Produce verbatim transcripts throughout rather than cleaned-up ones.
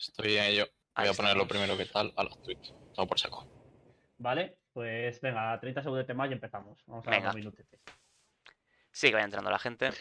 Estoy en ello. Ahí Voy a poner lo estamos. primero que tal a los tweets. Todo por saco. Vale, pues venga, treinta segundos de más y empezamos. Vamos a Venga. dos minutos. Sí, que vaya entrando la gente.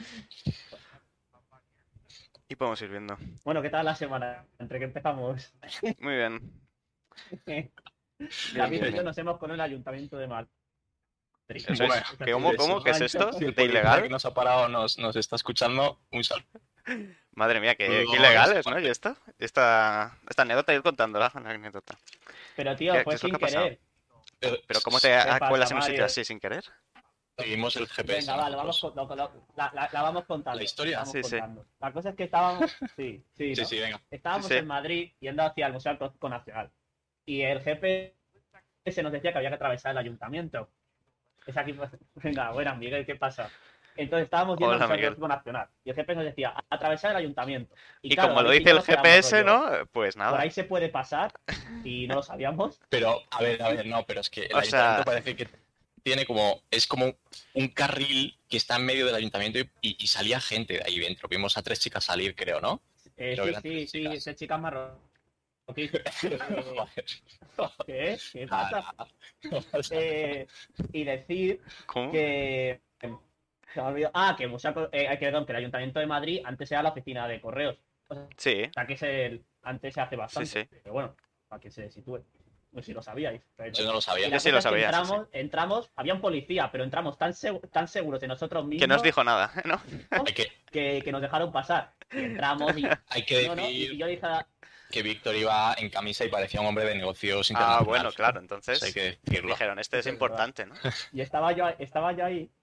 Y podemos ir viendo. Bueno, ¿qué tal la semana? Entre que empezamos. Muy bien. Bien, David bien, y yo bien. nos hemos con el Ayuntamiento de Madrid. Eso es- Bueno, ¿qué- ¿Cómo, cómo? ¿Qué es esto? Si el ¿De policía ilegal? que nos ha parado nos, nos está escuchando, un saludo. Madre mía, qué, qué Saludos, ilegales, ¿no? Juan. ¿Y esto? Esta, esta anécdota, ir contándola, una anécdota. Pero tío, ¿Qué- fue qué es lo sin que ha pasado? querer. Eh, Pero ¿cómo te ¿Qué acuerdas pasa, en un sitio Mario? así sin querer? Seguimos el G P S. Venga, vale, vamos nosotros. con, lo- lo- la, la- la vamos contando. ¿La historia? Vamos Sí, sí. contando. La cosa es que estábamos. Sí, sí, Sí, ¿no? sí, venga. Estábamos Sí, sí. en Madrid yendo hacia el Museo Arqueológico Nacional. Y el G P S nos decía que había que atravesar el ayuntamiento. Es aquí, pues, venga, buena, Miguel, ¿qué pasa? Entonces estábamos yendo Hola, al Museo Miguel. Arqueológico Nacional. Y el G P S nos decía, atravesar el ayuntamiento. Y claro, como lo David y dice yo el nos quedamos G P S, rollo, ¿no? Pues Por nada. ahí se puede pasar y no lo sabíamos. Pero, a ver, a ver, no, pero es que el O sea- ayuntamiento parece que tiene como. Es como un carril que está en medio del ayuntamiento y, y- y salía gente de ahí dentro. Vimos a tres chicas salir, creo, ¿no? Eh, Creo que sí, eran sí, tres sí, chicas. ese chica marrón. ¿Qué? Joder. ¿Qué? ¿Qué pasa? Ah, no pasa nada. Eh, y decir ¿Cómo? que. Se me ha olvidado. Ah, que, el Museo Arqueo- eh, que, perdón, que el Ayuntamiento de Madrid antes era la oficina de correos. O Sí, sea, que es el, antes se hace bastante. sí. Pero bueno, para que se sitúe. No sé si lo sabíais. Pero- Yo no lo Y sabía. la Yo sí cosa lo es que sabía, sí, entramos, entramos, había un policía, pero entramos tan, segu- tan seguros de nosotros mismos que no os dijo nada, ¿no? Hay que, que, que nos dejaron pasar. Y entramos y. hay que No, no, y, decir y yo dije a- que Víctor iba en camisa y parecía un hombre de negocios Ah, internacionales. bueno, claro, Eso entonces hay que decirlo. dijeron, este es Eso es importante, ¿no? y estaba yo, estaba yo ahí.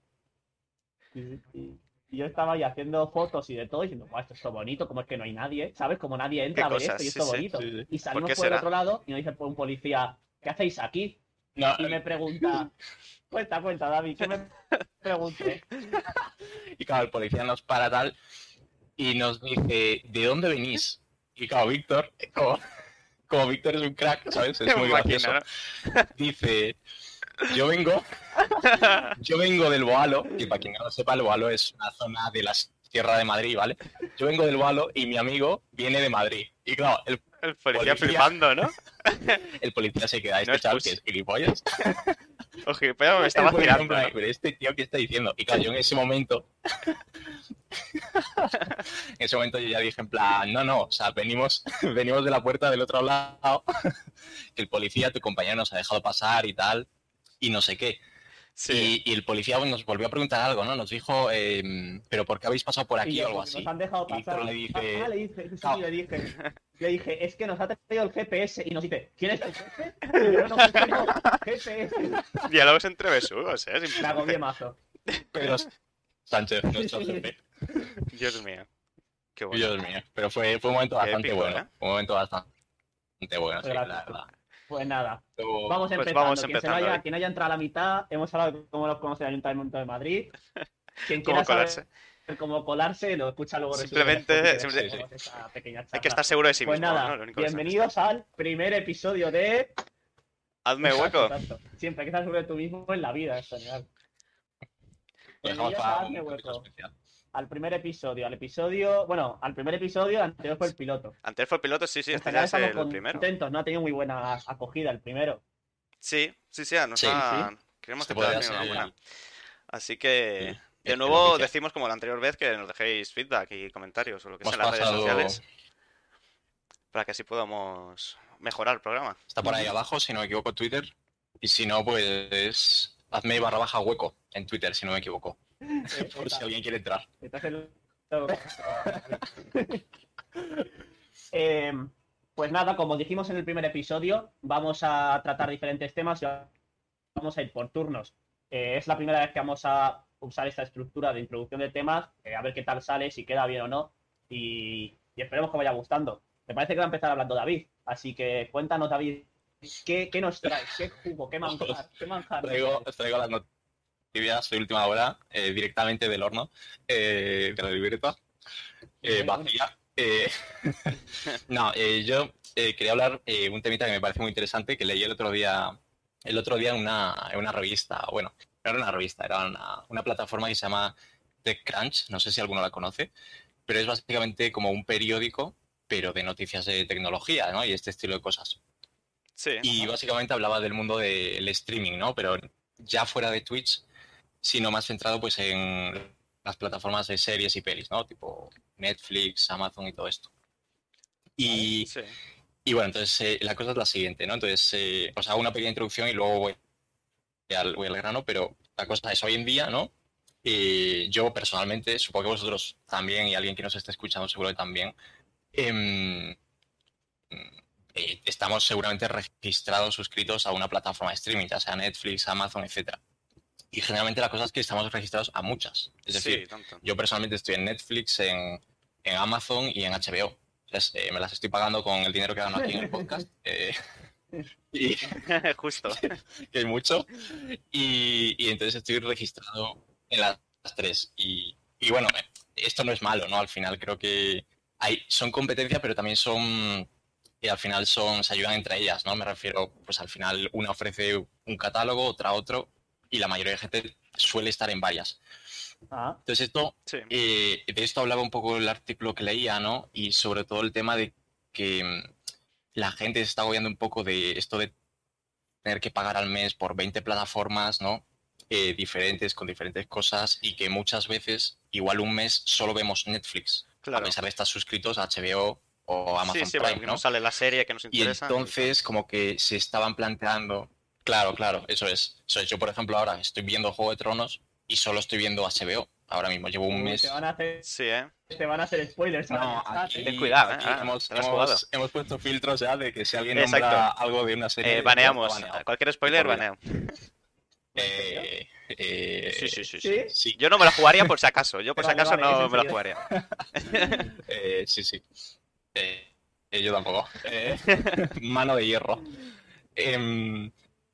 Y, y- y yo estaba ahí haciendo fotos y de todo, diciendo, "Buah, esto es todo bonito, como es que no hay nadie, ¿sabes? Como nadie entra a ver cosas? esto y es Sí, todo sí, bonito. sí, sí. Y salimos qué por el será? otro lado y nos dice un policía, ¿qué hacéis aquí? No, Y me pregunta, cuenta, cuenta, David, ¿qué me pregunté? y claro, el policía nos para tal y nos dice, ¿de dónde venís? Y claro, Víctor, como, como Víctor es un crack, ¿sabes? Es muy gracioso. Máquina, Dice, yo vengo, yo vengo del Boalo, y para quien no lo sepa, el Boalo es una zona de la Sierra de Madrid, ¿vale? Yo vengo del Boalo y mi amigo viene de Madrid. Y claro, el, ¿no? El policía Policía. flipando, ¿no? el policía se queda, este No es chaval pus- que es gilipollas. Oye, pero me estaba El policía en tirando, plan, ¿no? pero este tío, ¿qué está diciendo? Y claro, yo en ese momento, en ese momento yo ya dije en plan, no, no, o sea, venimos, venimos de la puerta del otro lado, que el policía, tu compañero nos ha dejado pasar y tal, y no sé qué. Sí. Y, y el policía nos volvió a preguntar algo, ¿no? Nos dijo, eh, ¿pero por qué habéis pasado por Y aquí yo, o algo porque así? nos han dejado Y Víctor pasar. le dice, Ah, le dije, sí, "No". le dije. Le dije, es que nos ha traído el G P S y nos dice, ¿quién es el jefe? Y yo, no, jefe no, G P S. Diálogos entre besugos, ¿eh? Es Me impresionante. agobié mazo. Pedro Sánchez, nuestro jefe. Dios mío. Qué bueno. Dios mío. Pero fue, fue un momento Qué bastante épico, bueno. ¿eh? Un momento bastante bueno, sí, la Gracias. verdad. Pues nada, Luego- vamos Pues empezando. vamos quien, se empezando, vaya, David. quien haya entrado a la mitad, hemos hablado de cómo nos conoce el Ayuntamiento de Madrid. Quien ¿Cómo quiera colarse? saber cómo colarse, lo escucha luego. Simplemente- resumen de simple- Spotify, esa pequeña Hay que charla. estar seguro de sí Pues mismo, nada, ¿no? Lo único que se bienvenidos al primer episodio de... necesita. Hazme hueco. Exacto. Siempre hay que estar seguro de tú mismo en la vida, en general. Lo dejamos Bienvenidos para a un Hazme capítulo Hueco. especial. Al primer episodio, al episodio... Bueno, al primer episodio, el anterior fue el piloto. Antes fue el piloto, sí, sí, En este general ya es estamos el primero. contentos, no ha tenido muy buena acogida el primero. Sí, sí, sí, nos Sí, ha... Creemos que Este te ha podría tenido una ser buena. el- Así que, el- de el nuevo, oficial. decimos como la anterior vez que nos dejéis feedback y comentarios o lo que sea Hemos en las redes pasado- sociales para que así podamos mejorar el programa. Está por ahí abajo, si no me equivoco, Twitter. Y si no, pues hazme barra baja hueco en Twitter, si no me equivoco. Eh, Por si está- alguien quiere entrar. estás en- Eh, pues nada, como dijimos en el primer episodio, vamos a tratar diferentes temas y vamos a ir por turnos. Eh, es la primera vez que vamos a usar esta estructura de introducción de temas, eh, a ver qué tal sale, si queda bien o no, y, y esperemos que vaya gustando. Me parece que va a empezar hablando David, así que cuéntanos, David, ¿qué, qué nos traes? ¿Qué jugo? ¿Qué manjar? ¿Qué manjar nos Traigo, traes? os traigo las noticias de última hora, eh, directamente del horno, eh, de la libreta, eh, Bueno, vacía. Eh, no, eh, yo eh, quería hablar eh, un temita que me parece muy interesante, que leí el otro día, el otro día en una, en una revista, bueno, no era una revista, era una, una plataforma que se llama TechCrunch, no sé si alguno la conoce, pero es básicamente como un periódico pero de noticias de tecnología, ¿no? Y este estilo de cosas. Sí. Y básicamente hablaba del mundo del streaming, ¿no? Pero ya fuera de Twitch, sino más centrado pues en las plataformas de series y pelis, ¿no? Tipo Netflix, Amazon y todo esto. Y, Sí. y bueno, entonces eh, la cosa es la siguiente, ¿no? Entonces, eh, os hago una pequeña introducción y luego voy al, voy al grano, pero la cosa es hoy en día, ¿no? Eh, yo personalmente, supongo que vosotros también y alguien que nos esté escuchando seguro que también, em, eh, estamos seguramente registrados, suscritos a una plataforma de streaming, ya sea Netflix, Amazon, etcétera. Y generalmente la cosa es que estamos registrados a muchas. Es decir, Sí, tanto. yo personalmente estoy en Netflix, en, en Amazon y en H B O. Entonces, eh, me las estoy pagando con el dinero que gano aquí en el podcast. Eh, y, Justo. que es mucho. Y, y entonces estoy registrado en las tres. Y, y bueno, eh, esto no es malo, ¿no? Al final creo que hay, son competencias, pero también son... Y al final son, se ayudan entre ellas, ¿no? Me refiero, pues al final una ofrece un catálogo, otra otro, y la mayoría de gente suele estar en varias. Ah, Entonces esto, Sí. eh, de esto hablaba un poco el artículo que leía, ¿no? Y sobre todo el tema de que mm, la gente se está agobiando un poco de esto de tener que pagar al mes por veinte plataformas, ¿no? Eh, diferentes, con diferentes cosas, y que muchas veces, igual un mes, solo vemos Netflix, a Claro. pesar de estar suscritos a H B O o Amazon Sí, sí, Prime, porque ¿no? nos sale la serie que nos Y interesa. entonces como que se estaban planteando, claro, claro, eso es. Eso es. Yo, por ejemplo, ahora estoy viendo Juego de Tronos y solo estoy viendo H B O. Ahora mismo llevo un uy, mes. te van a hacer, Sí, ¿eh? te van a hacer spoilers ahora en No, el chat, aquí, ¿eh? Ten cuidado, ¿eh? aquí Ah, hemos, te lo has jugado. hemos, hemos puesto filtros ya de que si alguien Exacto. nombra algo de una serie, Eh, ya baneamos. está baneado. Cualquier spoiler, Por vida. baneo. Eh, eh, Sí, sí, sí, sí. ¿Sí? sí. Yo no me lo jugaría por si acaso. Yo por si Vale, acaso vale, ¿es no en me lo serio? jugaría. Eh, sí, sí. Eh, eh, yo tampoco. Eh, mano de hierro. Em,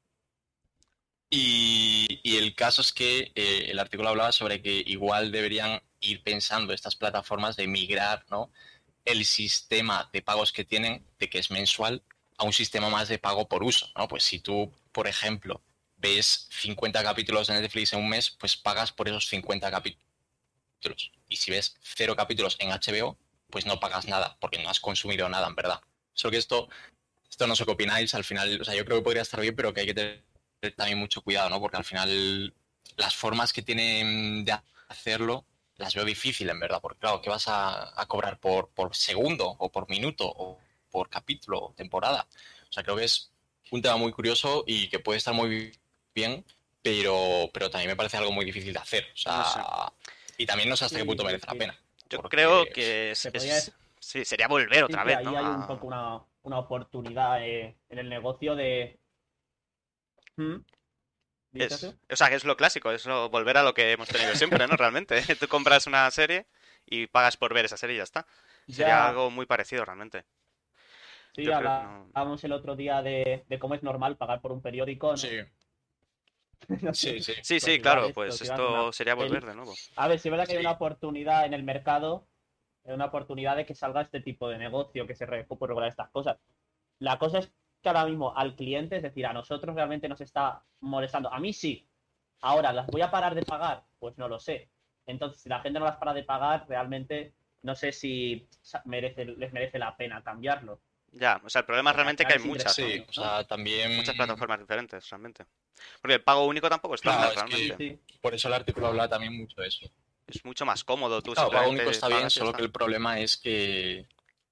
y, y el caso es que eh, el artículo hablaba sobre que igual deberían ir pensando estas plataformas de migrar, ¿no? El sistema de pagos que tienen, de que es mensual, a un sistema más de pago por uso, ¿no? Pues si tú, por ejemplo, ves cincuenta capítulos de Netflix en un mes, pues pagas por esos cincuenta capítulos. Y si ves cero capítulos en H B O, pues no pagas nada, porque no has consumido nada, en verdad. Solo que esto, esto no sé qué opináis, al final, o sea, yo creo que podría estar bien, pero que hay que tener también mucho cuidado, ¿no? Porque al final las formas que tienen de hacerlo las veo difícil, en verdad, porque claro, ¿qué vas a, a cobrar por, por segundo o por minuto o por capítulo o temporada? O sea, creo que es un tema muy curioso y que puede estar muy bien, pero, pero también me parece algo muy difícil de hacer. O sea, No sé. y también no sé hasta Sí, qué punto sí, merece sí. la pena. Yo porque- creo que es, Se es- podría decir- sí, sería volver Sí, otra que vez, ahí ¿no? hay un A- poco una, una oportunidad eh, en el negocio de... ¿Mm? ¿Dices Es, tú? o sea, que es lo clásico, es lo- volver a lo que hemos tenido siempre, ¿no? Realmente. Tú compras una serie y pagas por ver esa serie y ya está. Sería Ya, algo muy parecido realmente. sí, Yo creo que no. hablábamos el otro día de, de cómo es normal pagar por un periódico, ¿no? Sí, No sé, sí, sí. Sí, pues sí, igual claro, esto, pues si vas a una esto sería peli- volver de nuevo. A ver, si es verdad que hay Sí. una oportunidad en el mercado, hay una oportunidad de que salga este tipo de negocio, que se recupere regular estas cosas. La cosa es que ahora mismo al cliente, es decir, a nosotros realmente nos está molestando. A mí sí. Ahora, ¿las voy a parar de pagar? Pues no lo sé. Entonces, si la gente no las para de pagar, realmente no sé si sa- merece, les merece la pena cambiarlo. Ya, o sea, el problema es Porque al realmente que hay final es muchas, ¿no? Sí, o sea, también... Muchas plataformas diferentes, realmente. Porque el pago único tampoco está Claro, mal, es que- realmente. Sí, sí. Por eso el artículo habla también mucho de eso. Es mucho más cómodo, tú Claro, pago único simplemente está bien, pagas y ya solo está. que el problema es que...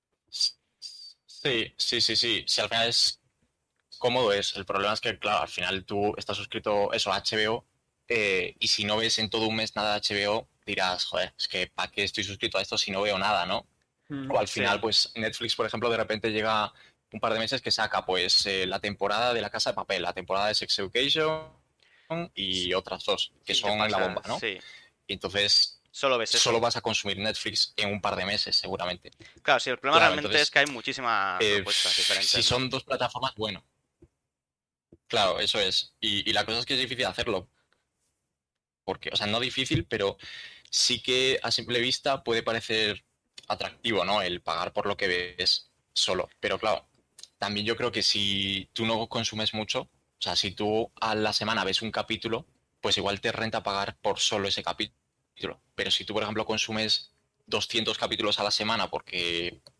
Sí, sí, sí, sí. Si al final es cómodo es. El problema es que, claro, al final tú estás suscrito eso a H B O eh, y si no ves en todo un mes nada de H B O, dirás, joder, es que ¿para qué estoy suscrito a esto si no veo nada, no? Mm. O al Sí. final, pues Netflix, por ejemplo, de repente llega un par de meses que saca pues eh, la temporada de La Casa de Papel, la temporada de Sex Education y otras dos, que Sí, son pasa? la bomba, ¿no? Sí, Y entonces solo ves eso. solo vas a consumir Netflix en un par de meses, seguramente. Claro, sí, el problema Claro, realmente entonces, es que hay muchísimas Eh, propuestas diferentes. si ¿no? son dos plataformas, bueno. Claro, eso es. Y, y la cosa es que es difícil hacerlo. Porque, o sea, no difícil, pero sí que a simple vista puede parecer atractivo, ¿no? El pagar por lo que ves solo. Pero claro, también yo creo que si tú no consumes mucho, o sea, si tú a la semana ves un capítulo, pues igual te renta pagar por solo ese capítulo. Pero si tú, por ejemplo, consumes doscientos capítulos a la semana porque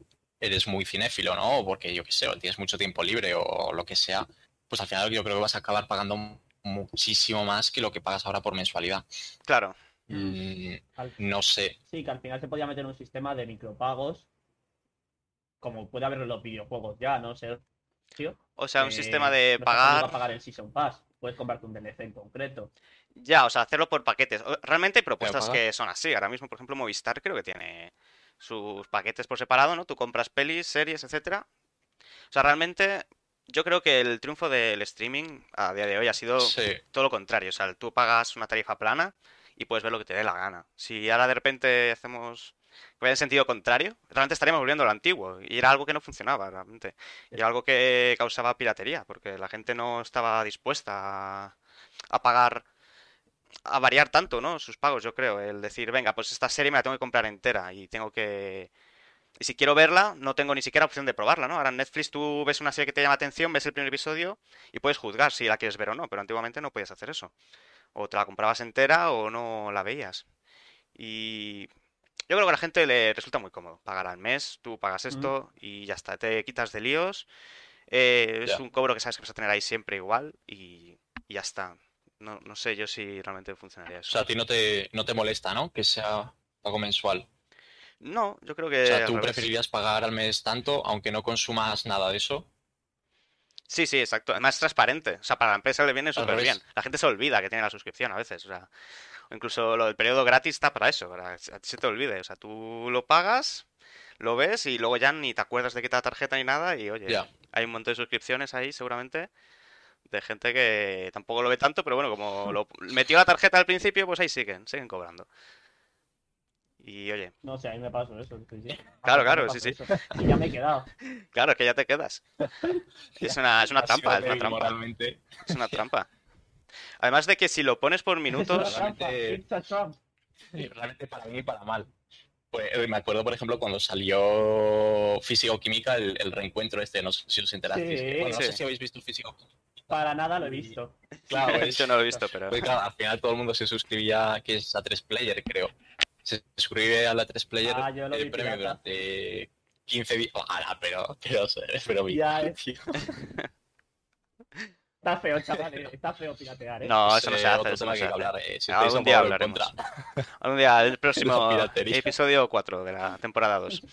eres muy cinéfilo, ¿no? O porque, yo qué sé, o tienes mucho tiempo libre o lo que sea, pues al final yo creo que vas a acabar pagando muchísimo más que lo que pagas ahora por mensualidad. Claro. Mm, Al- no sé. Sí, que al final se podía meter un sistema de micropagos, como puede haber en los videojuegos ya, ¿no? Sergio? O sea, un sistema Que de no estás obligado a pagar. pagar el Season Pass. Puedes comprarte un D L C en concreto. Ya, o sea, hacerlo por paquetes. O- Realmente hay ¿Voy a propuestas pagar? que son así. Ahora mismo, por ejemplo, Movistar creo que tiene sus paquetes por separado, ¿no? Tú compras pelis, series, etcétera. O sea, realmente yo creo que el triunfo del streaming a día de hoy ha sido Sí. todo lo contrario. O sea, tú pagas una tarifa plana y puedes ver lo que te dé la gana. Si ahora de repente hacemos que vaya en sentido contrario, realmente estaríamos volviendo a lo antiguo. Y era algo que no funcionaba, realmente. Y era algo que causaba piratería, porque la gente no estaba dispuesta a, a pagar, a variar tanto, ¿no? Sus pagos, yo creo. El decir, venga, pues esta serie me la tengo que comprar entera y tengo que y si quiero verla, no tengo ni siquiera opción de probarla, ¿no? Ahora en Netflix tú ves una serie que te llama atención, ves el primer episodio y puedes juzgar si la quieres ver o no, pero antiguamente no podías hacer eso. O te la comprabas entera o no la veías. Y yo creo que a la gente le resulta muy cómodo pagar al mes, tú pagas Mm. esto y ya está, te quitas de líos. Eh, es Ya. un cobro que sabes que vas a tener ahí siempre igual y, y ya está. No, no sé yo si realmente funcionaría O eso. sea, a ti no te, no te molesta, ¿no? Que sea pago mensual. No, yo creo O que sea, al tú revés. preferirías pagar al mes tanto, aunque no consumas nada de eso. Sí, sí, exacto. Además es transparente. O sea, para la empresa le viene Al súper bien. revés. La gente se olvida que tiene la suscripción a veces. O sea, o incluso lo del periodo gratis está para eso, para que a ti se te olvide. O sea, tú lo pagas, lo ves y luego ya ni te acuerdas de quitar la tarjeta ni nada. Y oye, Ya. hay un montón de suscripciones ahí seguramente de gente que tampoco lo ve tanto, pero bueno, como lo metió la tarjeta al principio, pues ahí siguen, siguen cobrando. Y oye, No sé, a mí me pasó eso. Sí, sí. Hace claro, poco me claro, sí, pasó sí. eso. Y ya me he quedado. Claro, que ya te quedas. Es una, es una Ha sido trampa, es una débil trampa. moralmente. Es una trampa. Además de que si lo pones por Es una minutos, trampa. Realmente, It's a trap. realmente para mí y para mal. Pues, eh, me acuerdo, por ejemplo, cuando salió Físico-Química, el, el reencuentro este, no sé si os enterasteis. Que, bueno, no Sí. sé sí. si habéis visto Físico. Para nada lo he Y, visto. claro, Yo es, no lo he visto, pero... pues, claro, al final todo el mundo se suscribía, que es a tres player, creo. Se suscribe a la tres player Ah, yo lo eh, vi premium pirata. durante quince días. Ojalá, pero, pero, pero, Ya es- tío. Está feo, chaval. eh. Está feo piratear, ¿eh? No, Es eso no se eh, hace, otro eso no tema se que hay que hace. hablar. Eh. Si estáis a Algún día favor o en hablaremos. contra. Algún día, el La próximo piratería. episodio cuatro de la temporada dos.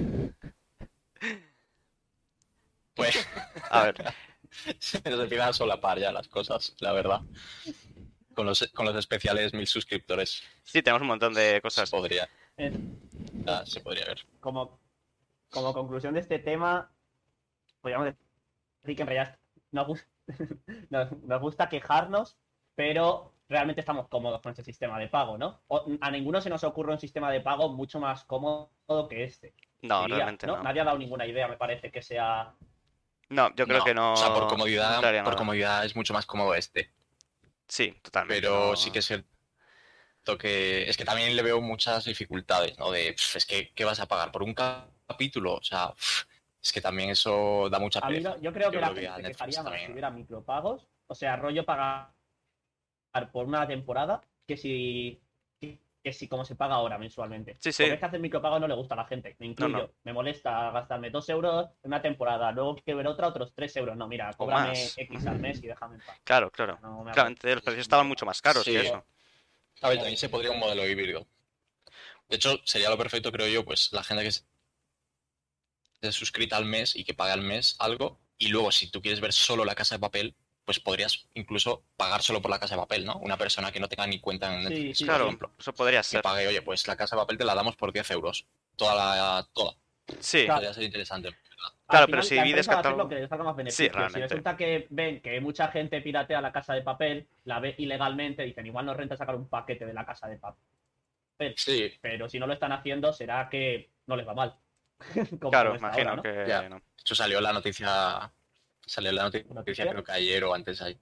Pues A ver, se nos empiezan a solapar ya las cosas, la verdad. Con los, con los especiales mil suscriptores sí, tenemos un montón de se cosas. podría, Eh, ah, se podría ver. Como, como conclusión de este tema, podríamos decir que en realidad nos, gus- nos, nos gusta quejarnos, pero realmente estamos cómodos con este sistema de pago, ¿no? O- a ninguno se nos ocurre un sistema de pago mucho más cómodo que este. No, Diría, realmente ¿no? no. Nadie ha dado ninguna idea, me parece, que sea. No, yo creo No, que no, o sea, por no comodidad, traería por nada. comodidad es mucho más cómodo este. Sí, totalmente. Pero No... sí que es cierto que es que también le veo muchas dificultades, ¿no? De, pf, es que, ¿qué vas a pagar por un ca- capítulo? O sea, pf, es que también eso da mucha A mí pereza. no- yo creo que la a gente se Netflix quejaría más si también. hubiera micropagos, o sea, rollo pagar por una temporada, que si que, que si como se paga ahora mensualmente. Sí, sí. Porque es que hacer micropagos no le gusta a la gente, me incluyo. No, no. Me molesta gastarme dos euros en una temporada, luego quiero ver otra, otros tres euros. No, mira, cóbrame más. X al mes y déjame en paz. Claro, claro. No me Claramente hago- los precios estaban mucho más caros Sí. que eso. A ver, también se podría un modelo híbrido. De hecho, sería lo perfecto, creo yo, pues la gente que se suscrita al mes y que pague al mes algo, y luego si tú quieres ver solo La Casa de Papel, pues podrías incluso pagar solo por La Casa de Papel, ¿no? Una persona que no tenga ni cuenta en Sí, Netflix, sí, por Claro, ejemplo, eso podría que ser. pague, oye, pues La Casa de Papel te la damos por diez euros. Toda la... toda. Sí, Claro. Podría ser interesante. Claro, Al pero final, si la divides empresa va a hacer catálogo... lo que les salga más beneficio. Si realmente. resulta que ven que mucha gente piratea La Casa de Papel, la ve ilegalmente, dicen, igual nos renta sacar un paquete de La Casa de Papel. Sí, Pero si no lo están haciendo, será que no les va mal. Como- Claro, como está imagino ahora, ¿no? que Ya. no. de hecho salió la noticia, salió la noticia, ¿Noticia? creo que ayer o antes ahí.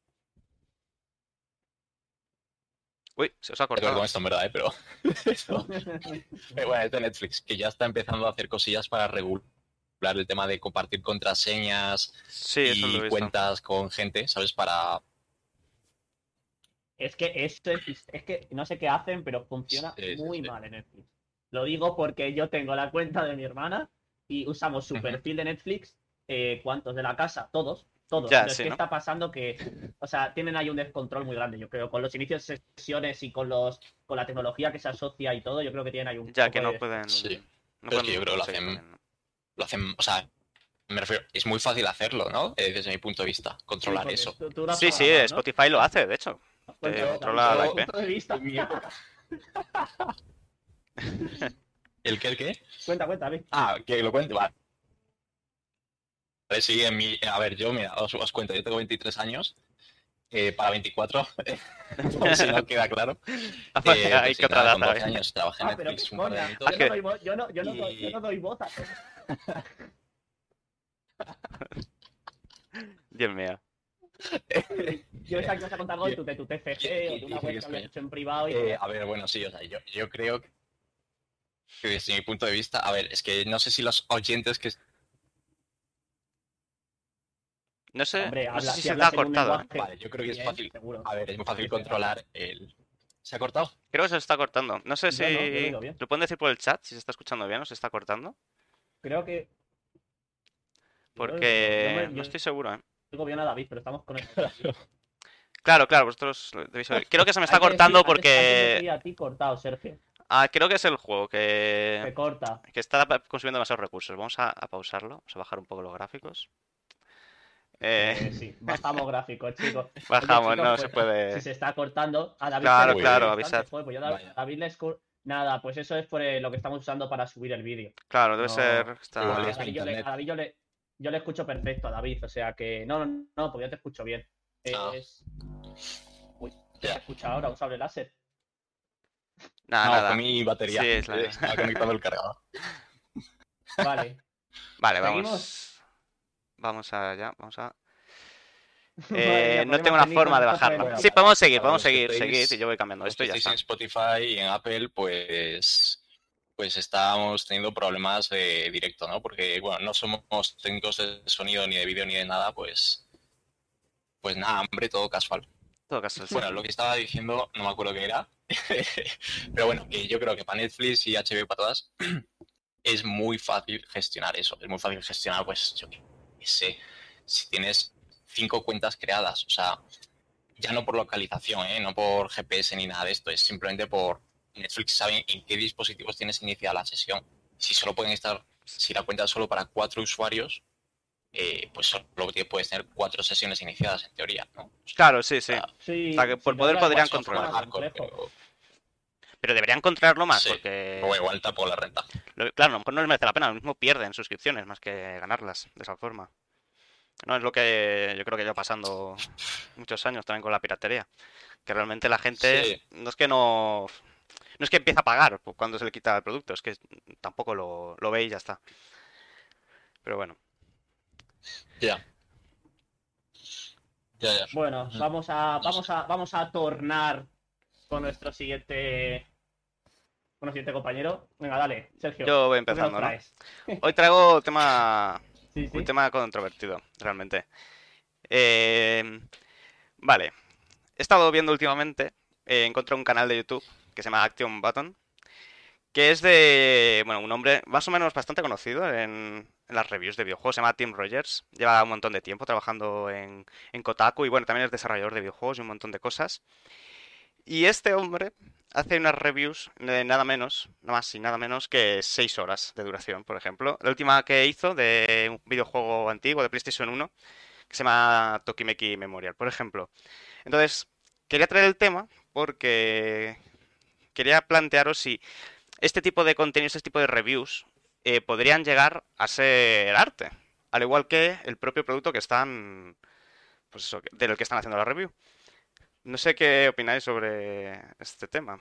Uy, se os ha Hay que ver cortado. con esto en verdad, ¿eh? Pero... eso. Pero bueno, es de Netflix, que ya está empezando a hacer cosillas para regular el tema de compartir contraseñas Sí, eso lo he y visto. cuentas con gente, ¿sabes? Para... Es que esto es, es que no sé qué hacen, pero funciona Sí, sí, muy sí. mal en Netflix. Lo digo porque yo tengo la cuenta de mi hermana y usamos su Ujú. perfil de Netflix, eh, ¿cuántos de la casa? Todos, todos. Ya, Entonces, sí, ¿qué ¿no? está pasando? Que, o sea, tienen ahí un descontrol muy grande, yo creo, con los inicios de sesiones y con los con la tecnología que se asocia y todo, yo creo que tienen ahí un Ya poco que de no descontrol. Sí. pueden... No Pero es que pueden yo creo que lo seguirlo hacen, bien, ¿no? lo hacen, o sea, me refiero, es muy fácil hacerlo, ¿no? Eh, desde mi punto de vista, Sí, controlar porque eso. tú, tú lo has Sí, sí, programado, ¿no? Spotify lo hace, de hecho. Te Cuéntanos, David, controla desde la tu I P. punto de vista. En mi época. ¿El qué, el qué? Cuenta, cuenta, David. Ah, que lo cuente, vale. Vale, sí, en mi, a ver, yo, mira, os, os cuento, yo tengo veintitrés años, eh, para veinticuatro, por si no queda claro. Ah, pues, Eh, hay pues que sí, otra nada, con data, doce ¿eh? años trabajé en Ah, pero Netflix qué un par de coña. añitos. Yo Ah, no que- doy voz, yo no, yo no, Y- doy, yo no doy voz a todo. Dios mío. Yo pensaba que ibas a contar algo de tu, de tu T F G o de una ¿Qué- qué- web qué que habías es hecho en privado y Eh, a ver, bueno, sí, o sea, yo, yo creo que desde mi punto de vista, a ver, es que no sé si los oyentes que... No sé, Hombre, no sé habla, si si se te ha hablas en un cortado, ¿eh? lenguaje Vale, yo creo que es bien, fácil. seguro. A ver, es muy fácil Sí, controlar el... ¿Se ha cortado? Creo que se está cortando. No sé si... Yo no, yo lo oigo bien. ¿Lo pueden decir por el chat si se está escuchando bien o se está cortando? Creo que... Porque Yo, me- no yo estoy seguro, ¿eh? oigo bien a David, pero estamos conectados. Claro, claro, vosotros lo debéis oír. Creo que se me está Hay que cortando decir, antes- antes yo te porque... oía a ti cortado, Sergio. Ah, creo que es el juego Se que... corta. que está pa- consumiendo demasiados recursos. Vamos a, a pausarlo. Vamos a bajar un poco los gráficos. Eh, Eh, sí, bajamos gráficos, chicos. Oye, Bajamos, chicos, no pues, se puede... Si se está cortando, a David Claro, se le claro, escucha bastante, avisad. joder, pues yo a David, Vaya. David le escu- Nada, pues eso es por eh, lo que estamos usando para subir el vídeo. Claro, debe No. ser... Igual Está... A es- David, yo le, internet. a David yo le, yo le escucho perfecto a David, o sea que. No, no, no, pues yo te escucho bien. Ah. Es. Uy, ¿qué Ya. se escucha ahora? ¿Un sable láser? Nada, No, nada. con mi batería. Sí, es la- eh, Estaba conectado el cargador. Vale. Vale, ¿Seguimos? vamos. Vamos allá, vamos a... Madre Eh, mía, no problemas tengo una técnicos, forma de esto bajarlo. problema. Sí, podemos seguir, Para podemos los que seguir, estéis- seguir y yo voy cambiando Los esto que y ya estéis está. en Spotify y en Apple, pues pues estábamos teniendo problemas de directo, ¿no? Porque, bueno, no somos técnicos de sonido, ni de vídeo, ni de nada, pues pues nada, hombre, todo casual. En todo caso, sí. Bueno, lo que estaba diciendo, no me acuerdo qué era, pero bueno, que yo creo que para Netflix y H B O para todas es muy fácil gestionar eso, es muy fácil gestionar, pues, yo qué sé, si tienes cinco cuentas creadas, o sea, ya no por localización, ¿eh? No por G P S ni nada de esto, es simplemente por Netflix sabe en qué dispositivos tienes iniciada la sesión. Si solo pueden estar, si la cuenta es solo para cuatro usuarios, eh, pues solo puedes tener cuatro sesiones iniciadas en teoría, ¿no? O sea, Claro, sí, sí. Sí, O sea, que por sí, poder no, podrían igual, controlar. suena hardcore, complejo. pero, Pero deberían controlarlo más, sí, porque... luego igual tapo la renta. lo- Claro, a lo mejor no les merece la pena, lo mismo pierden suscripciones más que ganarlas de esa forma. No es lo que yo creo que lleva pasando muchos años también con la piratería. Que realmente la gente Sí. no es que no... No es que empiece a pagar cuando se le quita el producto, es que tampoco lo, lo ve y ya está. Pero bueno. Ya. Ya, ya. Bueno, Ujú. vamos a, vamos a, vamos a tornar con nuestro siguiente, con nuestro siguiente compañero. Venga, dale, Sergio. Yo voy ¿tú qué nos empezando, ¿no? traes? Hoy traigo tema... Sí, sí. un tema controvertido, realmente. Eh, Vale. He estado viendo últimamente, eh, encontré un canal de YouTube que se llama Action Button, que es de, bueno, un hombre más o menos bastante conocido en, en las reviews de videojuegos, se llama Tim Rogers, lleva un montón de tiempo trabajando en, en Kotaku y bueno, también es desarrollador de videojuegos y un montón de cosas. Y este hombre hace unas reviews de nada menos, nada más y nada menos que seis horas de duración, por ejemplo. La última que hizo de un videojuego antiguo de PlayStation uno, que se llama Tokimeki Memorial, por ejemplo. Entonces, quería traer el tema porque quería plantearos si este tipo de contenidos, este tipo de reviews, eh, podrían llegar a ser arte. Al igual que el propio producto que están, pues eso, del que están haciendo la review. No sé qué opináis sobre este tema.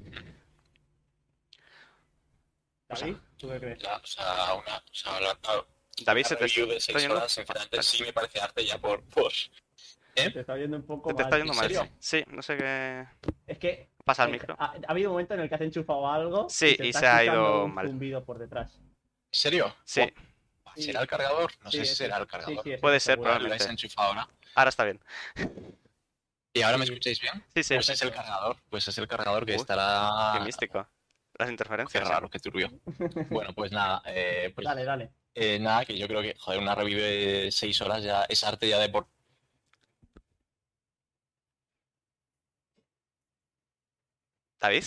David, ¿tú qué crees? Ya, o sea, una, o sea, la, la- David, una se te review de está seis yendo... horas, sinceramente, sí me parece arte ya por... por... ¿Eh? Te está viendo un poco Se te mal. está yendo ¿En mal. serio? Sí, no sé qué Es que pasa al eh, micro. ha, ha habido un momento en el que has enchufado algo Sí, y y se, se está ha escuchando ido un mal. zumbido por detrás. ¿En serio? Sí, Buah, ¿será el cargador? No Sí, sé si ese- será el sí, cargador. sí, ese Puede es ser, seguro. Vale, lo probablemente. habéis enchufado ahora. Ahora está bien. ¿Y ahora me Sí. escucháis bien? Sí, sí. Pues es el cargador. Pues es el cargador que Uy, estará... Qué místico. Las Qué interferencias. raro, qué turbio. Bueno, pues nada, eh, pues Dale, dale. Eh, nada, que yo creo que, joder, una review de seis horas ya es arte ya de por David.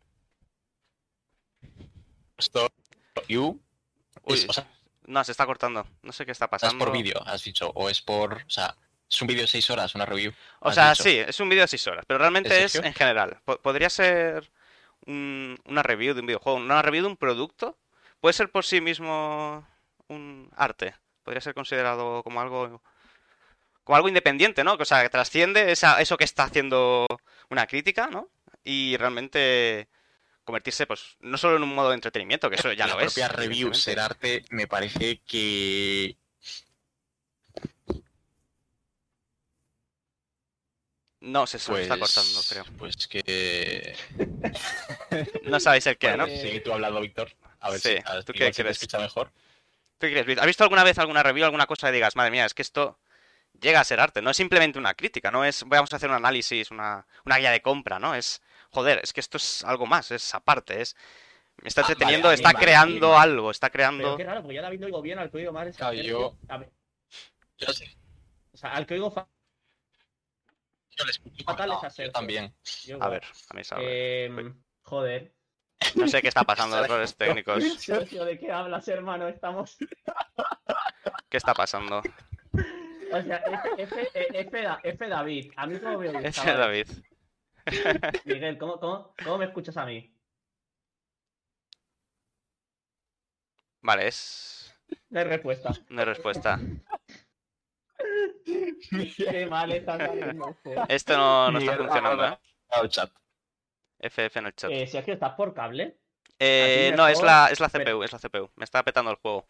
esto. You, es, Uy, o sea, no, se está cortando. No sé qué está es por pasando. vídeo, has dicho, o es por, o sea, es un vídeo de seis horas, una review. O has sea, dicho. sí, es un vídeo de seis horas, pero realmente ¿Es es Sergio? en general. Po- podría ser un- una review de un videojuego, una review de un producto. Puede ser por sí mismo un arte. Podría ser considerado como algo, como algo independiente, ¿no? O sea, que trasciende esa- eso que está haciendo una crítica, ¿no? Y realmente convertirse, pues, no solo en un modo de entretenimiento, que eso ya La lo propia es, review evidentemente. ser arte me parece que No sé, se nos está cortando, pues creo. pues que No sabéis el qué, bueno, ¿no? pues sigue tú hablando, Víctor. A ver Sí, si a ver, ¿tú qué igual se te crees? escucha mejor. ¿Tú qué crees? ¿Has visto alguna vez alguna review, alguna cosa que digas, madre mía, es que esto llega a ser arte? No es simplemente una crítica, no es vamos a hacer un análisis, una, una guía de compra, ¿no? Es, joder, es que esto es algo más, es aparte, es, me está Ah, vale, entreteniendo, a mí, está vale, a mí, creando algo, está Pero creando... qué raro, porque yo a David lo oigo bien, al que oigo mal es a claro, Sergio. yo, A ver, yo sé, o sea, al que oigo fa- yo le escucho fatal es cortado, a yo Sergio. también. Yo A ver, igual. a mí sabe. Uy, Eh, joder. no sé qué está pasando, Sale- errores técnicos. Sergio, ¿de qué hablas, hermano? Estamos. ¿Qué está pasando? O sea, F, F, eh, F, Da- F David. ¿A mí cómo me oís, Ese chavales? David. Miguel, ¿cómo, cómo, cómo me escuchas a mí? Vale, es... No hay respuesta. No hay respuesta. Qué mal está saliendo esto. Esto no, no está Miguel, funcionando, ¿eh? al chat. F F en el chat. Eh, Sergio, ¿estás por cable? Eh, Aquí no, es mejor, la, es la pero- C P U, es la C P U. Me está petando el juego.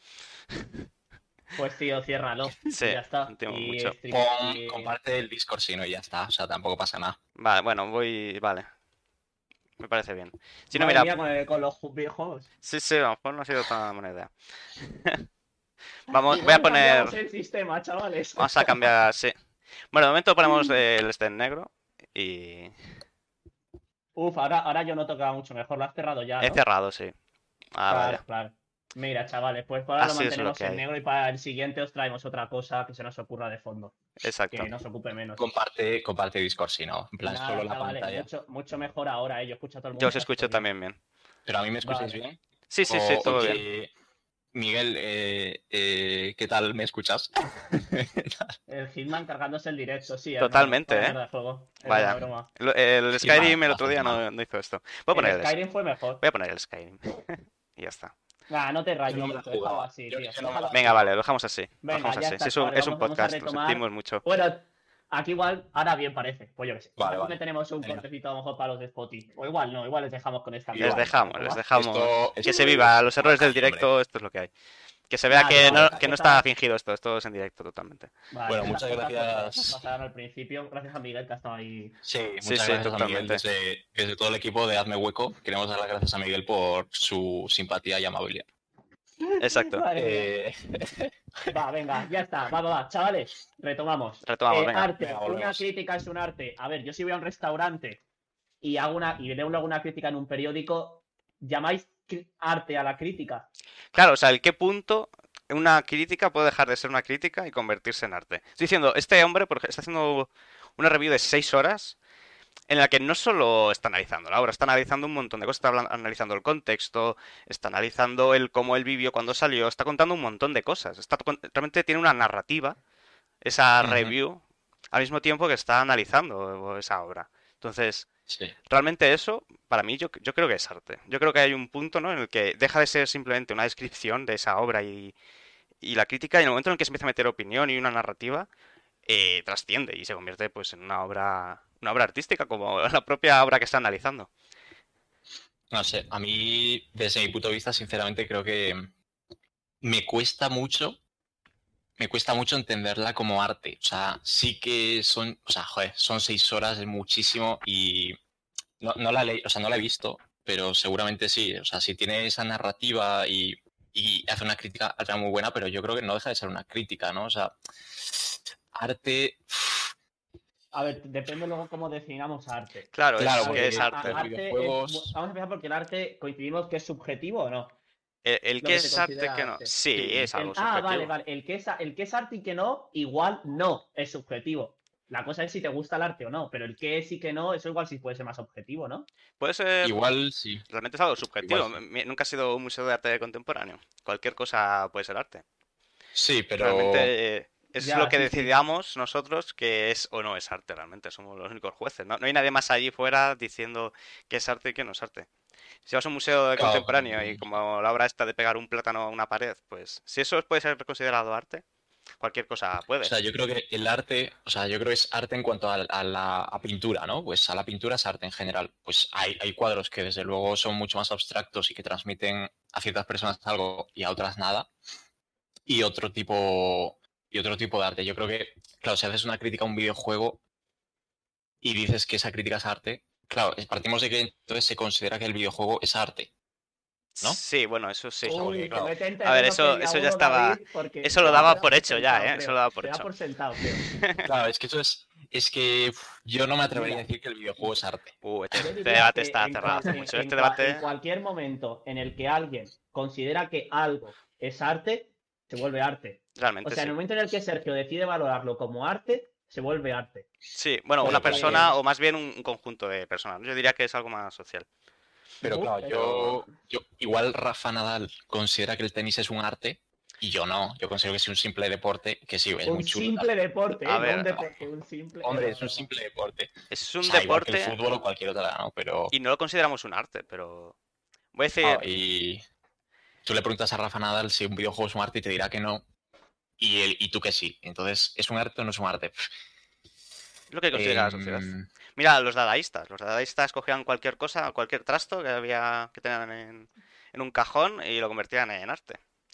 Pues tío, ciérralo. Sí, Y ya está. sentimos Y, mucho. stream- Pon- y- comparte el Discord si no y ya está, o sea, tampoco pasa nada. Vale, bueno, voy... Vale. Me parece bien. Si no, Madre mira... mía, con, el- con los ju- videojuegos. Sí, sí, a lo mejor no ha sido tan buena idea. Vamos, voy a Igual poner... cambiamos el sistema, chavales. Vamos a cambiar, sí. Bueno, de momento ponemos el este en negro y... Uf, ahora, ahora yo noto que va mucho mejor. Lo has cerrado ya, He ¿no? cerrado, sí. Ah, Claro, vaya. claro. Mira, chavales, pues ahora lo Así es lo mantenemos que en hay. negro y para el siguiente os traemos otra cosa que se nos ocurra de fondo. Exacto. Que nos ocupe menos. Comparte, comparte Discord si no, en plan, Nada, solo la chavales, pantalla. mucho, mucho mejor ahora, ¿eh? Yo escucho a todo el mundo. Yo os está escucho súper bien. también bien. Pero a mí me escucháis Vale. bien. Sí, sí, O- sí, todo o bien. que- Miguel, eh, eh, ¿qué tal? ¿Me escuchas? El Hitman cargándose el directo, sí. Totalmente, hermano, ¿eh? mierda de juego. Es Vaya. broma, broma. Lo- El Sí, Skyrim mal, el otro día bastante no, no hizo esto. Voy a poner El el, Skyrim fue mejor. voy a poner el Skyrim. Y ya está. Nah, no te rayes, Yo no me la déjalo jugaba. así, Yo tío. es que no me déjalo la- así. Venga, vale, lo dejamos así. Lo Venga, dejamos ya así. está, Sí, es un, chavales, es un vamos- vamos a podcast, lo retomar. sentimos mucho. Bueno, aquí igual, ahora bien parece. Pues yo qué sé. Vale, Aquí vale. metemos un Venga. cortecito a lo mejor para los de Spotify. O igual no, igual les dejamos con esta Les mierda. dejamos, ¿Cómo les va? dejamos. Esto- Que esto se es- viva los errores del hombre. directo, esto es lo que hay. Que se vea Nada, que que no, estas que no cosas- está fingido esto, esto es en directo totalmente. Vale, Bueno, estas muchas cosas, pues, gracias. pasaron al principio. Gracias a Miguel que ha estado ahí. Sí, muchas Sí, sí, gracias a Miguel totalmente. desde, desde todo el equipo de Hazme Hueco. Queremos dar las gracias a Miguel por su simpatía y amabilidad. Exacto. Madre mía. Eh, Va, venga, ya está. Va, va, va. Chavales, retomamos. Retomamos, Eh, venga. Arte, Venga, una volvemos. crítica es un arte. A ver, yo si voy a un restaurante y hago una y leo luego una crítica en un periódico, ¿llamáis cri- arte a la crítica? Claro, o sea, ¿en qué punto una crítica puede dejar de ser una crítica y convertirse en arte? Estoy diciendo, este hombre por ej- está haciendo una review de seis horas en la que no solo está analizando la obra, está analizando un montón de cosas, está hablan- analizando el contexto, está analizando el cómo él vivió cuando salió, está contando un montón de cosas. Está con- realmente tiene una narrativa, esa Ujú. review, al mismo tiempo que está analizando esa obra. Entonces, sí. realmente eso, para mí, yo, yo creo que es arte. Yo creo que hay un punto, ¿no?, en el que deja de ser simplemente una descripción de esa obra y, y la crítica, y en el momento en el que se empieza a meter opinión y una narrativa, eh, trasciende y se convierte pues en una obra, una obra artística, como la propia obra que está analizando. No sé, a mí, desde mi punto de vista, sinceramente, creo que me cuesta mucho, me cuesta mucho entenderla como arte. O sea, sí que son, o sea, joder, son seis horas, es muchísimo y no, no la leí, o sea, no la he visto, pero seguramente sí. O sea, si tiene esa narrativa y, y hace una crítica arte muy buena, pero yo creo que no deja de ser una crítica, ¿no? O sea, arte. A ver, depende luego cómo definamos arte. Claro, Claro, es porque que es A- arte. a- arte es- videojuegos- vamos a empezar porque el arte coincidimos que es subjetivo o no. El, el Lo que que es se arte, considera que no. arte. Sí, Sí. es algo El- ah, subjetivo. vale, vale. El que, es, el que es arte y que no, igual no es subjetivo. La cosa es si te gusta el arte o no, pero el que es y que no, eso igual sí puede ser más objetivo, ¿no? Puede ser. Igual sí. Realmente es algo subjetivo. Igual sí. Mi- Nunca ha sido un museo de arte contemporáneo. Cualquier cosa puede ser arte. Sí, pero Realmente eh, es Ya, lo que sí, sí. decidamos nosotros que es o no es arte. Realmente somos los únicos jueces. No, no hay nadie más allí fuera diciendo que es arte y que no es arte. Si vas a un museo de Claro, contemporáneo pero- y como la obra esta de pegar un plátano a una pared, pues si eso puede ser considerado arte, cualquier cosa O puede. sea, yo creo que el arte, o sea, yo creo que es arte en cuanto a, a la a pintura, ¿no? Pues a la pintura es arte en general. Pues hay, hay cuadros que desde luego son mucho más abstractos y que transmiten a ciertas personas algo y a otras nada. Y otro tipo, y otro tipo de arte. Yo creo que, claro, si haces una crítica a un videojuego y dices que esa crítica es arte, claro, partimos de que entonces se considera que el videojuego es arte. ¿No? Sí, bueno, eso sí. O sea, Uy, porque, te claro, mete en A ver, terreno eso- eso ya peliagudo, estaba- David, porque eso lo se daba da por hecho ya, sentado, ¿eh? creo. Eso lo daba por Se da hecho. por sentado, creo. claro, es que eso es, es que uf, yo no me atrevería Mira. a decir que el videojuego es arte. Uh, este, Yo este diría debate que está en cerrado hace cual- mucho. en Este cua- debate. en cualquier momento en el que alguien considera que algo es arte, se vuelve arte. Realmente O sea, en sí. el momento en el que Sergio decide valorarlo como arte, se vuelve arte. Sí, bueno, Pero una porque- persona o más bien un, un conjunto de personas. Yo diría que es algo más social. Pero Uf, claro, yo, yo igual Rafa Nadal considera que el tenis es un arte y yo no. Yo considero que es un simple deporte que sí, es un muy chulo. simple deporte, A ¿eh? ver, No un deporte, un simple. Hombre, eh, es un no, no. simple deporte. Es O un sea, igual que deporte el fútbol o cualquier otra, ¿no? Pero y no lo consideramos un arte, pero voy a decir, ah, y tú le preguntas a Rafa Nadal si un videojuego es un arte y te dirá que no. Y, él- y tú que sí. Entonces, ¿es un arte o no es un arte? lo que considera la Em, sociedad. Mira, los dadaístas. Los dadaístas cogían cualquier cosa, cualquier trasto que había que tenían en, en un cajón y lo convertían en arte.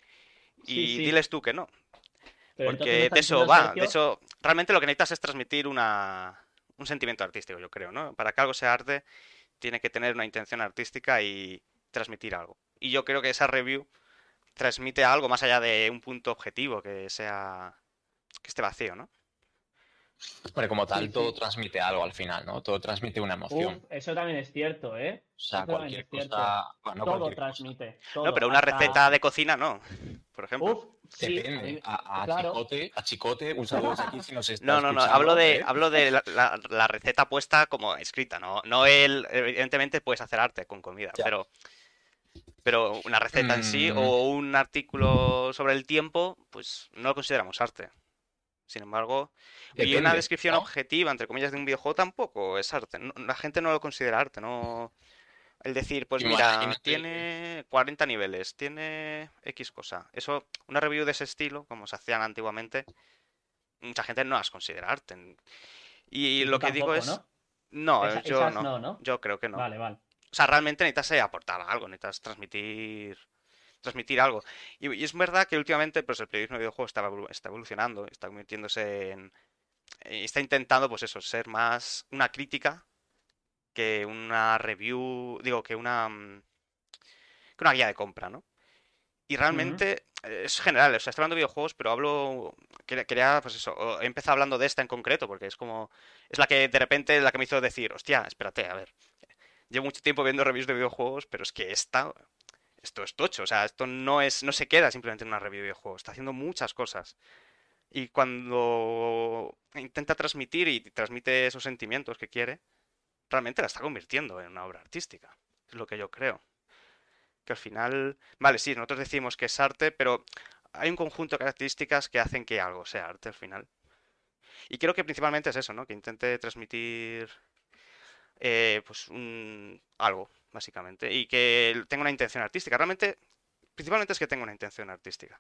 Y Sí, sí. diles tú que no. Pero entonces me Porque está de eso diciendo, va. Sergio, De eso, realmente lo que necesitas es transmitir una, un sentimiento artístico, yo creo, ¿no? Para que algo sea arte, tiene que tener una intención artística y transmitir algo. Y yo creo que esa review transmite algo más allá de un punto objetivo que sea que esté vacío, ¿no? Hombre, como tal, Sí, sí. todo transmite algo al final, ¿no? Todo transmite una emoción. Uf, eso también es cierto, ¿eh? O sea, eso también cualquier es cierto. cosa. Bueno, no Todo cualquier cosa. transmite. Todo, No, pero una hasta- receta de cocina no, por ejemplo. Uf, sí. Depende. a mí- A, a claro. Chicote, a Chicote, un saludo desde aquí si nos está No, no, no, escuchando, hablo de, ¿eh? hablo de la, la- la receta puesta como escrita, ¿no? No el, evidentemente puedes hacer arte con comida, Ya. pero, pero una receta en sí Mm. o un artículo sobre el tiempo, pues no lo consideramos arte. Sin embargo, y una Depende, descripción ¿no? objetiva, entre comillas, de un videojuego tampoco es arte. No- la gente no lo considera arte, no. El decir, pues mira, Imagínate. tiene cuarenta niveles, tiene X cosa. Eso, una review de ese estilo, como se hacían antiguamente, mucha gente no las considera arte. Y Y tú lo que digo tampoco, es. ¿no? No, Esa- yo esas no. no, ¿no? Yo creo que no. Vale, vale. O sea, realmente necesitas eh, aportar algo, necesitas transmitir transmitir algo. Y, y es verdad que últimamente pues el periodismo de videojuegos está, evolu- está evolucionando, está convirtiéndose en... eh, está intentando, pues eso, ser más una crítica que una review, digo, que una... mm, que una guía de compra, ¿no? Y realmente eh, es general, o sea, estoy hablando de videojuegos, pero hablo... Quería, quería, pues eso, o- he empezado hablando de esta en concreto, porque es como... Es la que de repente, la que me hizo decir, hostia, espérate, a ver. Llevo mucho tiempo viendo reviews de videojuegos, pero es que esta... Esto es tocho, o sea, esto no es, no se queda simplemente en una review de videojuegos, está haciendo muchas cosas. Y cuando intenta transmitir y transmite esos sentimientos que quiere, realmente la está convirtiendo en una obra artística. Es lo que yo creo. Que al final, vale, sí, nosotros decimos que es arte, pero hay un conjunto de características que hacen que algo sea arte al final. Y creo que principalmente es eso, ¿no? Que intente transmitir eh, pues un, algo, básicamente, y que tenga una intención artística. Realmente, principalmente es que tenga una intención artística.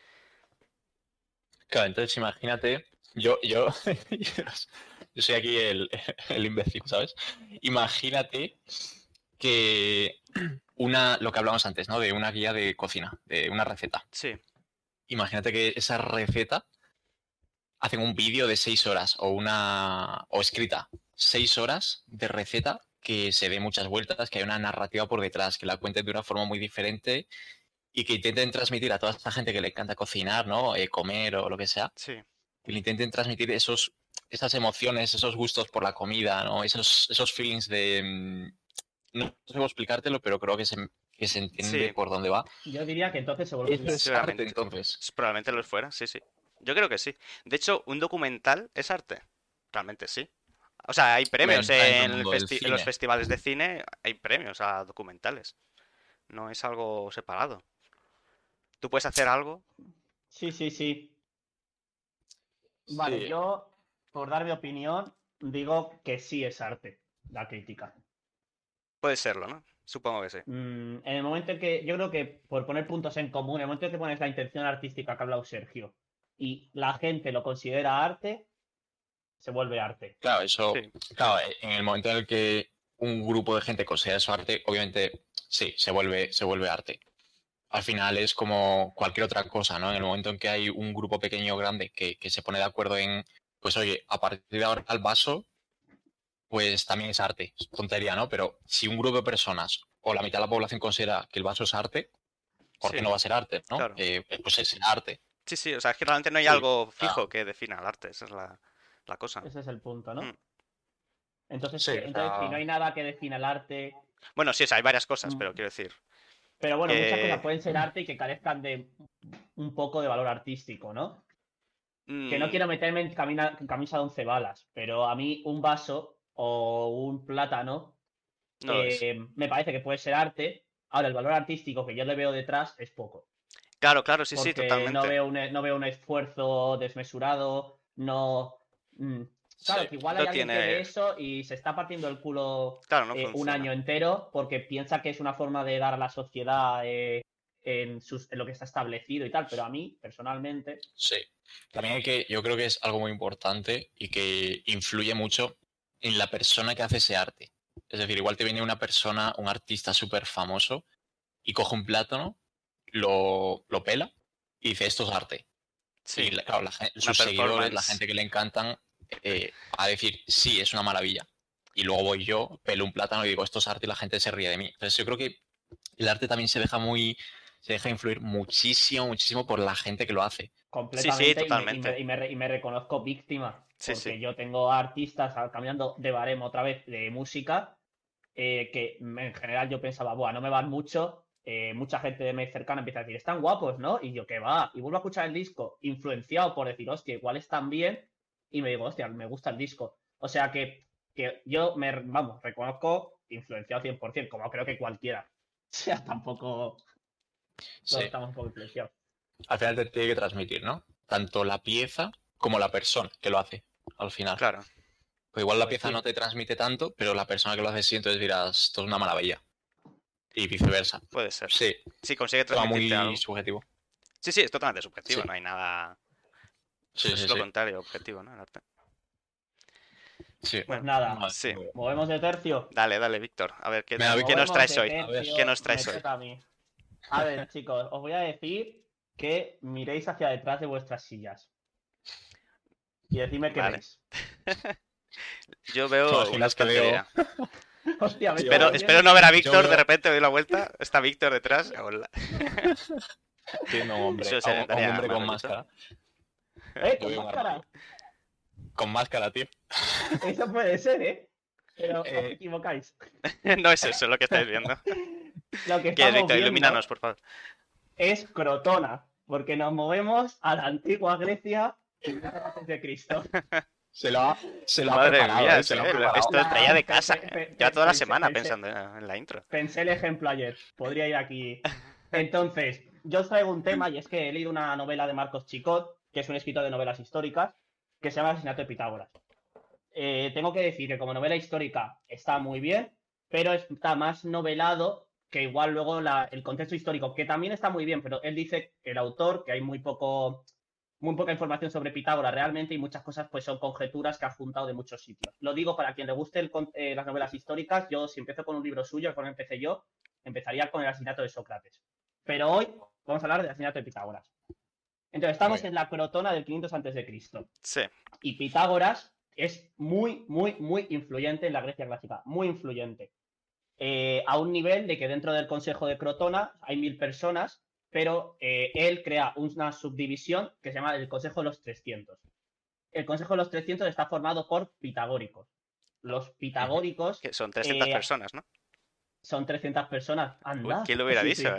Claro, entonces imagínate, yo, yo, yo soy aquí el, el imbécil, ¿sabes? Imagínate que una, lo que hablamos antes, ¿no? De una guía de cocina, de una receta. Sí, Imagínate que esa receta hacen un vídeo de seis horas o una, o escrita, seis horas de receta que se dé muchas vueltas, que hay una narrativa por detrás, que la cuenten de una forma muy diferente y que intenten transmitir a toda esta gente que le encanta cocinar, ¿no? Eh, comer o lo que sea, sí. que le intenten transmitir esos, esas emociones, esos gustos por la comida, ¿no? Esos, esos feelings de... mm, No sé cómo explicártelo, pero creo que se, que se entiende Sí. por dónde va. Yo diría que entonces se vuelve Eso un es Seguramente. arte, entonces. Probablemente lo fuera, sí, sí. Yo creo que sí. De hecho, un documental es arte. Realmente sí. O sea, hay premios Entra dentro en, del el mundo del festi- en los cine. festivales de cine, hay premios a documentales. No es algo separado. Tú puedes hacer algo. Sí, sí, sí. Vale, Sí. yo, por dar mi opinión, digo que sí es arte, la crítica. Puede serlo, ¿no? Supongo que sí. Mm, en el momento en que, yo creo que por poner puntos en común, en el momento en que pones la intención artística que ha hablado Sergio y la gente lo considera arte, se vuelve arte. Claro, eso, Sí. claro, en el momento en el que un grupo de gente considera eso arte, obviamente sí, se vuelve, se vuelve arte. Al final es como cualquier otra cosa, ¿no? En el momento en que hay un grupo pequeño o grande que, que se pone de acuerdo en, pues oye, a partir de ahora el vaso, pues también es arte. Es tontería, ¿no? Pero si un grupo de personas o la mitad de la población considera que el vaso es arte, ¿por qué Sí, no va a ser arte, no? claro. Eh, pues es arte. Sí, sí, o sea, es que realmente no hay Sí, algo claro. fijo que defina el arte, esa es la, la cosa. Ese es el punto, ¿no? Mm. Entonces, Sí, ¿qué? o Entonces, si no sea, hay nada que defina el arte, Bueno, sí, o sea, hay varias cosas, mm, pero quiero decir pero bueno, muchas cosas que... pueden ser arte y que carezcan de un poco de valor artístico, ¿no? Que no mm, quiero meterme en, camina- en camisa de once balas, pero a mí un vaso o un plátano no lo es. eh, me parece que puede ser arte. Ahora, el valor artístico que yo le veo detrás es poco. Claro, claro, sí, sí, Porque no totalmente. veo un, no veo un esfuerzo desmesurado, no... mm. sí. Claro, que igual hay No alguien que ve tiene... eso y se está partiendo el culo Claro, no eh, un funciona. año entero porque piensa que es una forma de dar a la sociedad eh, en, sus- en lo que está establecido y tal, pero a mí, personalmente, Sí. También hay que, yo creo que es algo muy importante y que influye mucho en la persona que hace ese arte. Es decir, igual te viene una persona, un artista súper famoso, y coge un plátano, lo, lo pela y dice, esto es arte. Y Sí, la- claro, la gen- una sus seguidores, la performance. gente que le encantan, eh, va a decir, sí, es una maravilla. Y luego voy yo, pelo un plátano y digo, esto es arte y la gente se ríe de mí. Entonces yo creo que el arte también se deja muy, se deja influir muchísimo, muchísimo por la gente que lo hace. Sí, sí, completamente, y me, y me- totalmente. y me re- y me reconozco víctima, Sí, porque sí. yo tengo artistas ah, cambiando de baremo otra vez de música, eh, que en general yo pensaba, buah, no me van mucho. Eh, mucha gente de mi cercana empieza a decir, están guapos, ¿no? Y yo, ¿qué va? Y vuelvo a escuchar el disco, influenciado por decir, hostia, igual están bien, y me digo, hostia, me gusta el disco. O sea que, que yo me, vamos, reconozco influenciado cien por ciento, como creo que cualquiera. O sea, tampoco todos Sí. estamos un poco influenciados. Al final te tiene que transmitir, ¿no? Tanto la pieza como la persona que lo hace, al final. Claro. Pues igual la Pues pieza sí. no te transmite tanto, pero la persona que lo hace sí, entonces dirás, esto es una maravilla. Y viceversa. Puede ser. Sí, Si consigue tema transmitirte muy algo. subjetivo. Sí, sí, es totalmente subjetivo, Sí, no hay nada... sí, Es sí, lo sí. contrario, objetivo, ¿no? El arte. Sí. Pues Bueno, nada, Vale. sí. movemos de tercio. Dale, dale, Víctor. A ver, ¿qué, Venga, qué Víctor. nos Movemos traes de hoy? A ver. tercio, ¿Qué nos me traes hoy? toca a mí. A ver, chicos, os voy a decir que miréis hacia detrás de vuestras sillas y decidme qué Vale. veis. Yo ¿Te veo una imaginas que veo- estantería. Hostia, me Espero, estoy espero no ver a Víctor, veo- de repente doy la vuelta, está Víctor detrás. Hola. Sí, no, un hombre, Eso a se un, a un daría hombre más con rollito. máscara. ¡Eh, Yo con veo un máscara! armario. Con máscara, tío. Eso puede ser, ¿eh? Pero os Eh, equivocáis. No es eso lo que estáis viendo. Lo que ¿Qué es, estamos Víctor? viendo Ilumínanos, por favor. es Crotona, porque nos movemos a la antigua Grecia antes de Cristo. se lo ha, se lo ha Madre preparado, mía, ¿eh? Se sí, lo ha lo- preparado. esto lo traía de casa. Pensé- pe- Ya toda la pensé- semana pensé- pensando en la intro. Pensé el ejemplo ayer, podría ir aquí. Entonces, yo os traigo un tema y es que he leído una novela de Marcos Chicot, que es un escritor de novelas históricas, que se llama Asesinato de Pitágoras. Eh, tengo que decir que como novela histórica está muy bien, pero está más novelado que igual luego la- el contexto histórico, que también está muy bien, pero él dice, el autor, que hay muy poco, muy poca información sobre Pitágoras realmente y muchas cosas pues son conjeturas que ha juntado de muchos sitios. Lo digo para quien le guste el con- eh, las novelas históricas, yo si empiezo con un libro suyo, con el que empecé yo, empezaría con el asesinato de Sócrates. Pero hoy vamos a hablar del asesinato de Pitágoras. Entonces, estamos Muy en la Crotona del quinientos antes de Cristo. Sí. Y Pitágoras es muy, muy, muy influyente en la Grecia clásica. Muy influyente. Eh, a un nivel de que dentro del Consejo de Crotona hay mil personas, pero eh, él crea una subdivisión que se llama el Consejo de los trescientos. El Consejo de los trescientos está formado por pitagóricos. Los pitagóricos... Que son trescientas eh, personas, ¿no? son trescientas personas. Anda. Uy, ¿quién lo hubiera Sí, dicho, sí.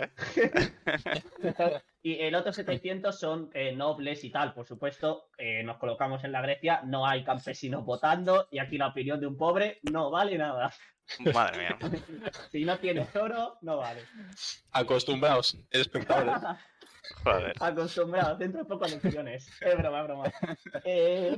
eh? Y el otro setecientos son eh, nobles y tal. Por supuesto, eh, nos colocamos en la Grecia, no hay campesinos votando y aquí la opinión de un pobre no vale nada. Madre mía. Si no tienes oro, no vale. Acostumbrados, espectadores. Joder. Acostumbrados, dentro de poco lecciones. Es broma, es broma. Eh,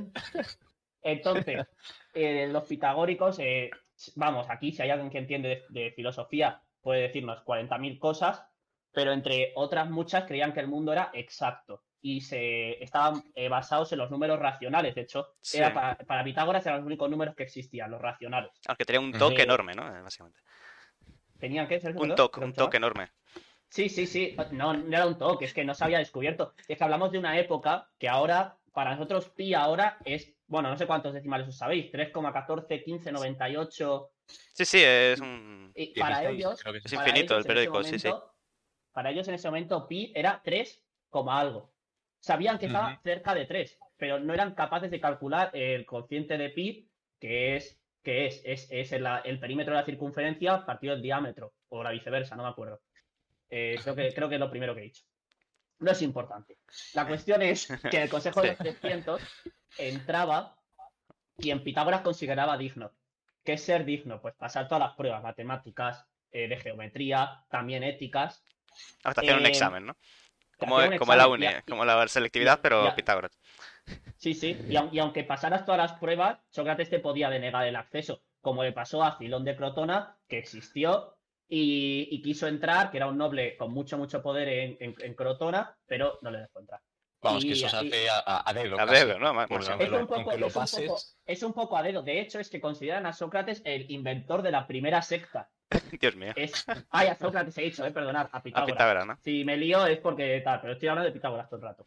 entonces, eh, los pitagóricos, eh, vamos, aquí si hay alguien que entiende de, de filosofía, puede decirnos cuarenta mil cosas, pero entre otras muchas creían que el mundo era exacto y se estaban eh, basados en los números racionales. De hecho, Sí. era para, para Pitágoras eran los únicos números que existían, los racionales. Aunque tenía un toque Eh, enorme, ¿no? Eh, Básicamente. ¿Tenían que ser? Un toque, un toque enorme. Sí, sí, sí. No, no era un toque, es que no se había descubierto. Es que hablamos de una época que ahora, para nosotros, pi ahora es, bueno, no sé cuántos decimales os sabéis, tres coma catorce, quince, noventa y ocho. Sí, sí, es un... Y para dieciséis, ellos, creo que sí. Es para infinito ellos el en ese periódico, sí, sí. momento- Para ellos en ese momento pi era tres, algo. Sabían que estaba Ujú. cerca de tres, pero no eran capaces de calcular el cociente de pi, que es, que es, es, es el, el perímetro de la circunferencia partido del diámetro, o la viceversa, no me acuerdo. Eh, creo, que, creo que es lo primero que he dicho. No es importante. La cuestión es que en el Consejo de los Sí. trescientos entraba quien Pitágoras consideraba digno. ¿Qué es ser digno? Pues pasar todas las pruebas matemáticas, eh, de geometría, también éticas. Hasta hacer un Eh, examen, ¿no? te Como, hacían un como la examen uni, y a- como la selectividad, y- pero y a- Pitágoras. Sí, sí. Y, aun- y aunque pasaras todas las pruebas, Sócrates te podía denegar el acceso, como le pasó a Filón de Crotona, que existió y, y quiso entrar, que era un noble con mucho, mucho poder en, en- en Crotona, pero no le dejó entrar. Vamos, Y- que eso se y- hace a, a- a dedo. A casi. dedo, ¿no? Más- Porque más o aunque Es lo, un, poco, aunque lo es, un pases. poco, es un poco a dedo. De hecho, es que consideran a Sócrates el inventor de la primera secta. Dios mío. Es... Ay, a Sócrates he dicho, eh, perdonad, a A Pitágoras. Pitágoras, ¿no? Si me lío es porque tal, pero estoy hablando de Pitágoras todo el rato.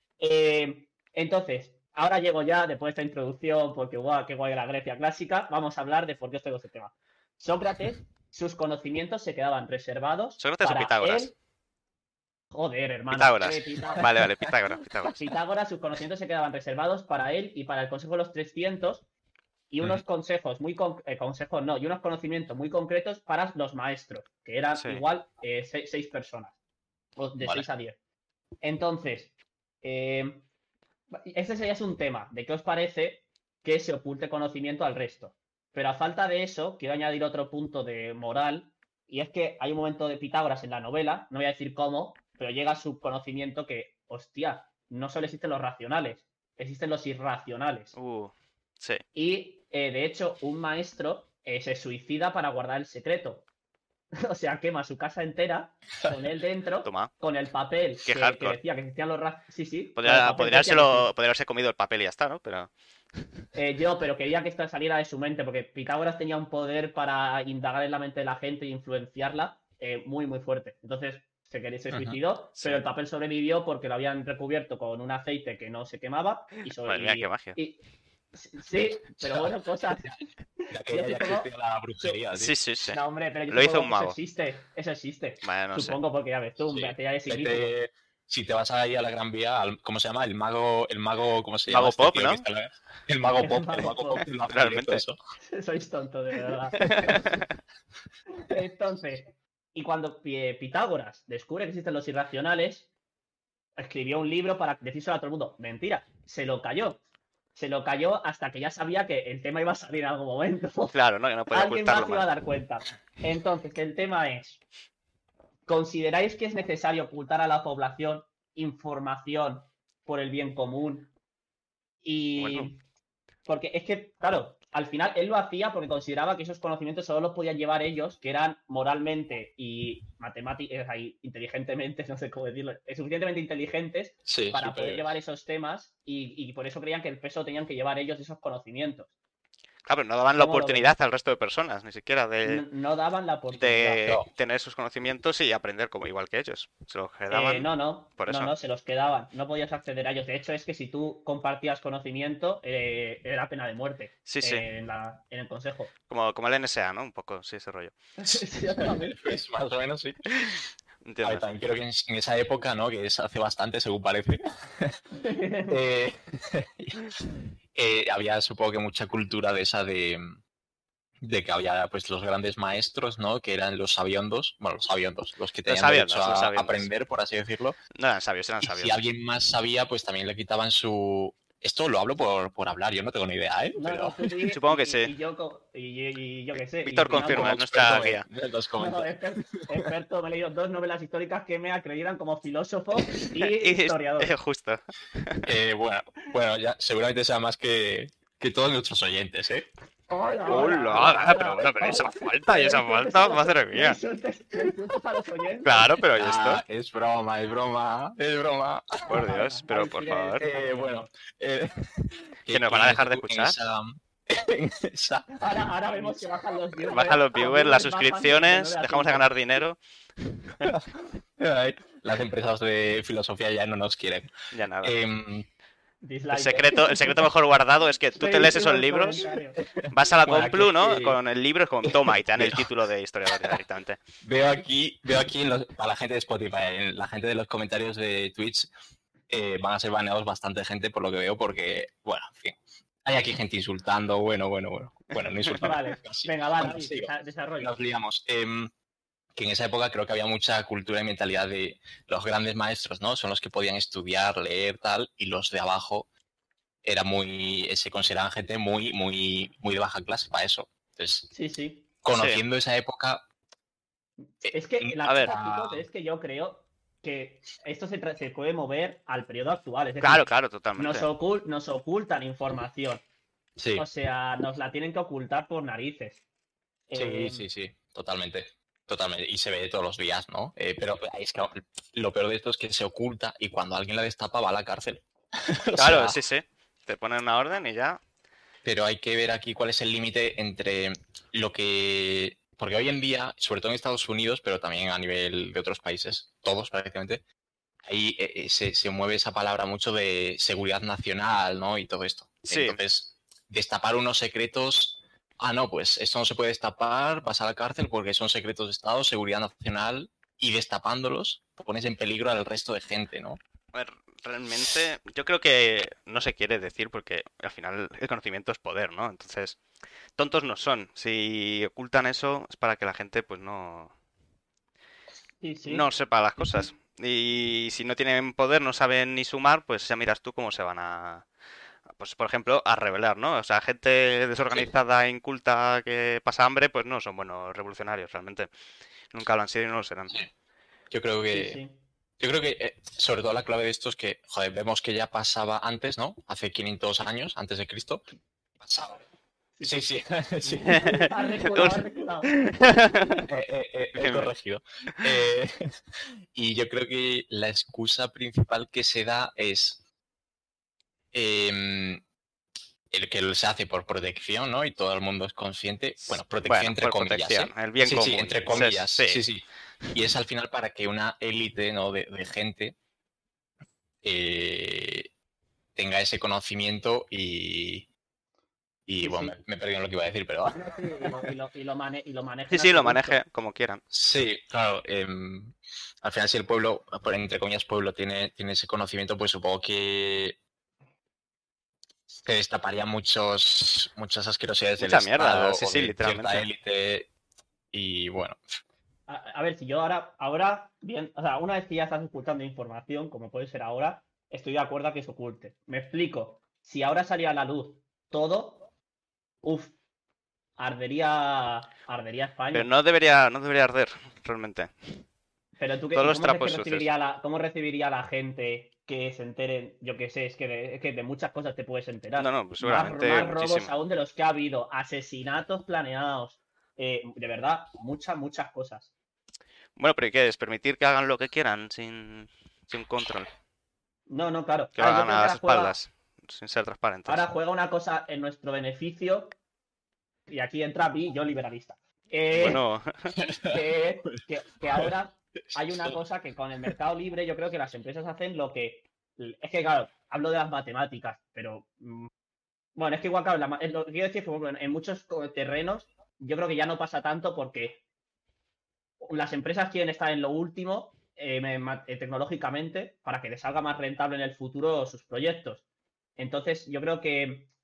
Eh, entonces, ahora llego ya, después de esta introducción, porque guau, qué guay la Grecia clásica, vamos a hablar de por qué os traigo este tema. Sócrates, sus conocimientos se quedaban reservados ¿Sócrates o para Pitágoras? él. Joder, hermano. Pitágoras. Eh, Pitágoras. Vale, vale, Pitágoras, Pitágoras. Pitágoras, sus conocimientos se quedaban reservados para él y para el Consejo de los trescientos y unos Ujú. consejos muy con- eh, consejos no, y unos conocimientos muy concretos para los maestros, que eran Sí. igual eh, se- seis personas, o de Vale. seis a diez. Entonces, eh, este sería un tema, de qué os parece que se oculte conocimiento al resto. Pero a falta de eso, quiero añadir otro punto de moral, y es que hay un momento de Pitágoras en la novela, no voy a decir cómo, pero llega a su conocimiento que, hostia, no solo existen los racionales, existen los irracionales. Uh, sí. Y, eh, de hecho, un maestro eh, se suicida para guardar el secreto. O sea, quema su casa entera con él dentro, Toma. con el papel Qué que, hardcore. que decía que existían los racionales. Sí, sí. con el Podría, papel podría, que decía que habérselo- podría haberse comido el papel y ya está, ¿no? Pero... Eh, yo, pero quería que esto saliera de su mente, porque Pitágoras tenía un poder para indagar en la mente de la gente e influenciarla eh, muy, muy fuerte. Entonces se, quería, se Ujú. suicidó, Sí. pero el papel sobrevivió porque lo habían recubierto con un aceite que no se quemaba. Y sobre, Madre mía, y- qué magia. y- sí, pero bueno, cosas. De aquella Yo ya supongo- existía la brujería, tío. Sí, sí, sí. No, hombre, pero yo Lo hizo supongo un que eso mago. existe. Eso existe. Bueno, no sé. Supongo, porque ya ves tú, Sí. me hacía de psíquico. Vete- si te vas ahí a la Gran Vía, al- ¿cómo se llama? El mago, el mago, ¿cómo se Mago llama? este pop, tío ¿no? que está en la- El mago El pop, mago el mago pop. pop, lo hace Realmente. directo eso. Sois tontos, de verdad. Entonces, y cuando Pi- Pitágoras descubre que existen los irracionales, escribió un libro para decírselo a todo el mundo. Mentira, se lo cayó. Se lo cayó hasta que ya sabía que el tema iba a salir en algún momento. Claro, ¿no? Que no puede Alguien más ocultarlo se iba a más. dar cuenta. Entonces, el tema es, ¿consideráis que es necesario ocultar a la población información por el bien común? Y... Bueno. Porque es que, claro, al final él lo hacía porque consideraba que esos conocimientos solo los podían llevar ellos, que eran moralmente y matemáticamente, y inteligentemente, no sé cómo decirlo, eh, suficientemente inteligentes Sí, para súper- poder llevar esos temas y, y por eso creían que el peso tenían que llevar ellos esos conocimientos. Claro, pero no daban la ¿Cómo lo oportunidad al resto de personas, ni siquiera de, No, no daban la oportunidad. de No. tener sus conocimientos y aprender como igual que ellos. Se los quedaban. Eh, no, no, por no, eso. no, se los quedaban. No podías acceder a ellos. De hecho, es que si tú compartías conocimiento, eh, era pena de muerte Sí, sí. eh, en, la, en el consejo. Como, como el N S A, ¿no? Un poco, sí, ese rollo. Sí, exactamente. Pues más o menos, sí. A Entiendo. ver, también creo que en, en esa época, ¿no? Que es hace bastante, según parece. eh, eh, había, supongo que mucha cultura de esa de, de que había pues los grandes maestros, ¿no? Que eran los sabiondos, bueno, los sabiondos, los que tenían sabiondos, derecho los a sabiondos. aprender, por así decirlo. No eran sabios, eran Y sabios. si alguien más sabía, pues también le quitaban su... Esto lo hablo por, por hablar, yo no tengo ni idea, ¿eh? No, Pero... no, tú di, Supongo que y, sí. Y yo, co- y, y yo qué sé. y Víctor opinando confirma, como es nuestra experto guía. en- en los No, comentarios. experto, experto, me he leído dos novelas históricas que me acreditan como filósofo y Y- historiador. eh, Justo. Eh, bueno, bueno, ya seguramente sea más que, que todos nuestros oyentes, ¿eh? Hola, Hola, pero bueno, pero esa falta y esa falta, madre mía. Insultes, insultes a los oyentes. Claro, pero ¿y esto? Ah, es broma, es broma, es broma. Por Dios, pero Al por fin es- favor. Eh, bueno, eh, ¿Que nos van a dejar de en escuchar? esa- en esa- Ahora, ahora vemos que bajan los viewers. Bajan los viewers, las bajan suscripciones, de dejamos de cinco. ganar dinero. Ay, las empresas de filosofía ya no nos quieren. Ya nada. Em, El Dislike. secreto, el secreto mejor guardado es que tú te lees esos libros, vas a la Bueno, Complu, aquí- ¿no? Con el libro, es como toma y te dan el título de historiador directamente. Veo aquí, veo aquí en los- para la gente de Spotify, en la gente de los comentarios de Twitch, eh, van a ser baneados bastante gente por lo que veo, porque, bueno, en fin. Hay aquí gente insultando, bueno, bueno, bueno. Bueno, no insultando. Vale, casi. venga, vale, Bueno, sigo. desarrolla. Nos liamos. Em, que en esa época creo que había mucha cultura y mentalidad de los grandes maestros, ¿no? Son los que podían estudiar, leer, tal, y los de abajo era muy, se consideraban gente muy, muy, muy de baja clase para eso. Entonces, Sí, sí. conociendo esa época, Es que la A ver. cosa, chicos, es que yo creo que esto se, tra- se puede mover al periodo actual. Es decir, Claro, claro, nos, totalmente. ocul- nos ocultan información. sí, O sea, nos la tienen que ocultar por narices. sí, Eh, sí, sí, totalmente. Totalmente. Y se ve todos los días, ¿no? Eh, pero es que lo peor de esto es que se oculta y cuando alguien la destapa va a la cárcel. O Claro, sea, sí, sí. Te ponen una orden y ya. pero hay que ver aquí cuál es el límite entre lo que... Porque hoy en día, sobre todo en Estados Unidos, pero también a nivel de otros países, todos prácticamente, ahí eh, eh, se, se mueve esa palabra mucho de seguridad nacional, ¿no? Y todo esto. Sí. Entonces, destapar unos secretos... Ah, no, pues esto no se puede destapar, vas a la cárcel porque son secretos de Estado, seguridad nacional, y destapándolos pones en peligro al resto de gente, ¿no? A ver, realmente, yo creo que no se quiere decir porque al final el conocimiento es poder, ¿no? Entonces, tontos no son. Si ocultan eso es para que la gente, pues no, sí, sí. no sepa las cosas. Y si no tienen poder, no saben ni sumar, pues ya miras tú cómo se van a, pues por ejemplo, a rebelar, ¿no? O sea, gente desorganizada, e inculta, que pasa hambre, pues no son buenos revolucionarios realmente. Nunca lo han sido y no lo serán. Yo creo Sí, que... sí. Yo creo que, eh, sobre todo, la clave de esto es que, joder, vemos que ya pasaba antes, ¿no? Hace quinientos años, antes de Cristo. Pasaba. Sí, sí, sí. Ha reculado, ha reculado. Eh, eh, eh, me he Que me- corregido. Eh, y yo creo que la excusa principal que se da es em, el que se hace por protección, ¿no? Y todo el mundo es consciente. Bueno, protección Bueno, entre por comillas, protección, ¿eh? el bien sí, común. sí, entre Sí, comillas. sí. Sí, sí. Y es al final para que una élite, ¿no? de, de gente eh, tenga ese conocimiento y... Y Sí, bueno, sí. me, me he perdido en lo que iba a decir, pero... No, sí, y lo, y lo, y lo, mane- y lo manejan Sí, sí, lo a su gusto. maneje como quieran. Sí, claro. em, al final, si el pueblo, por- entre comillas, pueblo, tiene, tiene ese conocimiento, pues supongo que se destaparía muchos, muchas asquerosidades del Mucha mierda, Estado sí, o sí, de cierta literalmente. élite. Y bueno, A, a ver, si yo ahora, ahora, bien, o sea, una vez que ya estás ocultando información, como puede ser ahora, estoy de acuerdo a que se oculte. Me explico. Si ahora salía a la luz todo, uff, ardería, ardería España. Pero no debería, no debería arder, realmente. Pero tú, qué, todos ¿y los cómo, crees trapos que sucios. recibiría la, ¿cómo recibiría la gente que se enteren? Yo qué sé, es que de, es que de muchas cosas te puedes enterar. No, no, pues Más, seguramente más robos muchísimo. aún de los que ha habido, asesinatos planeados, eh, de verdad, muchas, muchas cosas. Bueno, pero ¿y qué es? ¿Permitir que hagan lo que quieran sin, sin control? No, no, claro. Que lo Ah, yo hagan creo a que las ahora juega- espaldas, sin ser transparentes. Ahora juega una cosa en nuestro beneficio, y aquí entra Vi, yo liberalista. Eh, Bueno, que, que- que ahora hay una cosa que con el mercado libre yo creo que las empresas hacen lo que... Es que, claro, hablo de las matemáticas, pero... mm, Bueno, es que igual, claro, la ma- lo que quiero decir es que por ejemplo, en muchos co- terrenos yo creo que ya no pasa tanto porque las empresas quieren estar en lo último eh, me- ma- eh, tecnológicamente para que les salga más rentable en el futuro sus proyectos. Entonces, yo creo que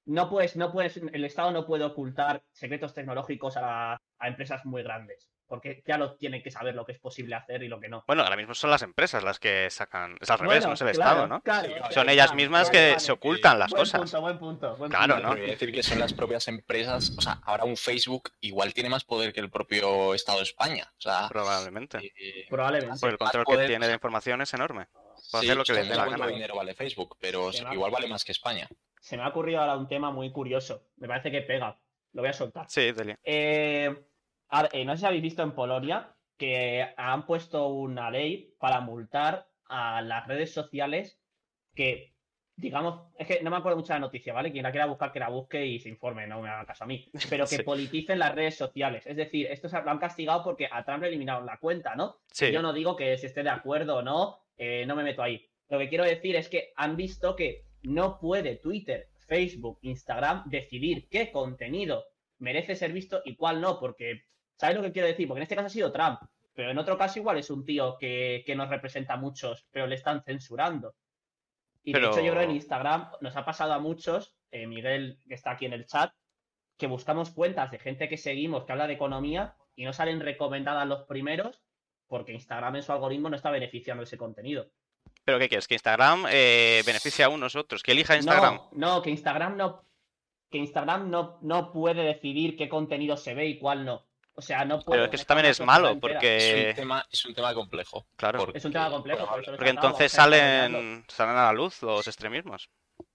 no puedes, no puedes, el Estado no puede ocultar secretos tecnológicos a, a empresas muy grandes, porque ya lo tienen que saber lo que es posible hacer y lo que no. Bueno, ahora mismo son las empresas las que sacan. Es al revés, Bueno, no es el claro, Estado, ¿no? claro, Sí, ahí claro. Son está, ellas mismas vale, que vale. se ocultan las Buen cosas. punto, buen punto, buen Claro, punto. ¿no? Pero voy a decir que son las propias empresas, o sea, ahora un Facebook igual tiene más poder que el propio Estado de España. O sea, Probablemente. eh, Probablemente. Porque el más control que poder, tiene o de sea, información es enorme. Puede sí, hacer lo que o sea, les no dé sé la cuánto gana. dinero vale Facebook, pero Se me ha- igual vale más que España. Se me ha ocurrido ahora un tema muy curioso. Me parece que pega. Lo voy a soltar. Sí, Delia. Eh, a ver, eh, no sé si habéis visto en Polonia que han puesto una ley para multar a las redes sociales que, digamos, es que no me acuerdo mucho de la noticia, ¿vale? Quien la quiera buscar, que la busque y se informe, no me haga caso a mí. Pero que Sí. politicen las redes sociales. Es decir, esto se lo han castigado porque a Trump le eliminaron la cuenta, ¿no? Sí. Y yo no digo que si esté de acuerdo o no, eh, no me meto ahí. Lo que quiero decir es que han visto que no puede Twitter, Facebook, Instagram decidir qué contenido merece ser visto y cuál no, porque ¿sabes lo que quiero decir? Porque en este caso ha sido Trump, pero en otro caso igual es un tío que, que nos representa a muchos, pero le están censurando. Y de Pero- hecho yo creo que en Instagram nos ha pasado a muchos, eh, Miguel que está aquí en el chat, que buscamos cuentas de gente que seguimos que habla de economía y no salen recomendadas los primeros porque Instagram en su algoritmo no está beneficiando ese contenido. ¿Pero qué quieres? ¿Que Instagram eh, beneficie a unos otros? ¿Que elija Instagram? No, no, que Instagram no, que Instagram no, no puede decidir qué contenido se ve y cuál no. O sea, no puede. Pero es que eso manejar también una es sociedad malo, entera. Es porque... un tema, es un tema complejo. Claro. porque Es un tema complejo, por eso lo Porque tratamos, entonces vamos a ir desarrollando. salen, salen a la luz los extremismos.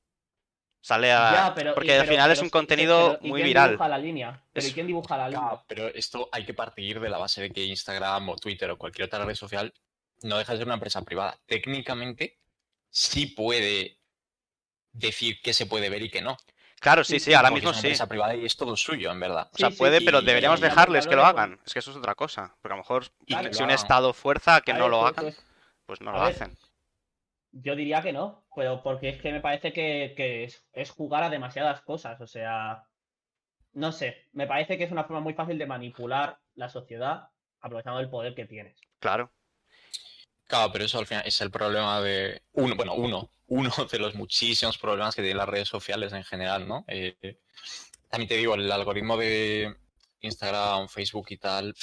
Sale a... Ya, pero, Porque y- al pero- final es pero- un contenido pero, ¿y muy quién viral. dibuja la línea? Pero ¿y Es- quién dibuja la línea? Claro, pero esto hay que partir de la base de que Instagram o Twitter o cualquier otra red social no deja de ser una empresa privada. Técnicamente sí puede decir qué se puede ver y qué no. Claro, sí, Sí, sí, ahora Porque mismo es una sí. empresa privada y es todo suyo, en verdad. O sea, Sí, sí, puede, sí, pero y- deberíamos ya- ya dejarles hablo que lo de- hagan. Es que eso es otra cosa. Porque a lo mejor Claro. si Lo un hagan. Estado fuerza a que A no ver, lo tú- hagan, tú es- pues no a lo ver, hacen. Yo diría que no, pero porque es que me parece que, que es, es jugar a demasiadas cosas. O sea, no sé, me parece que es una forma muy fácil de manipular la sociedad aprovechando el poder que tienes. Claro. Claro, pero eso al final es el problema de uno, bueno, uno, uno de los muchísimos problemas que tienen las redes sociales en general, ¿no? Eh, también te digo, el algoritmo de Instagram, Facebook y tal,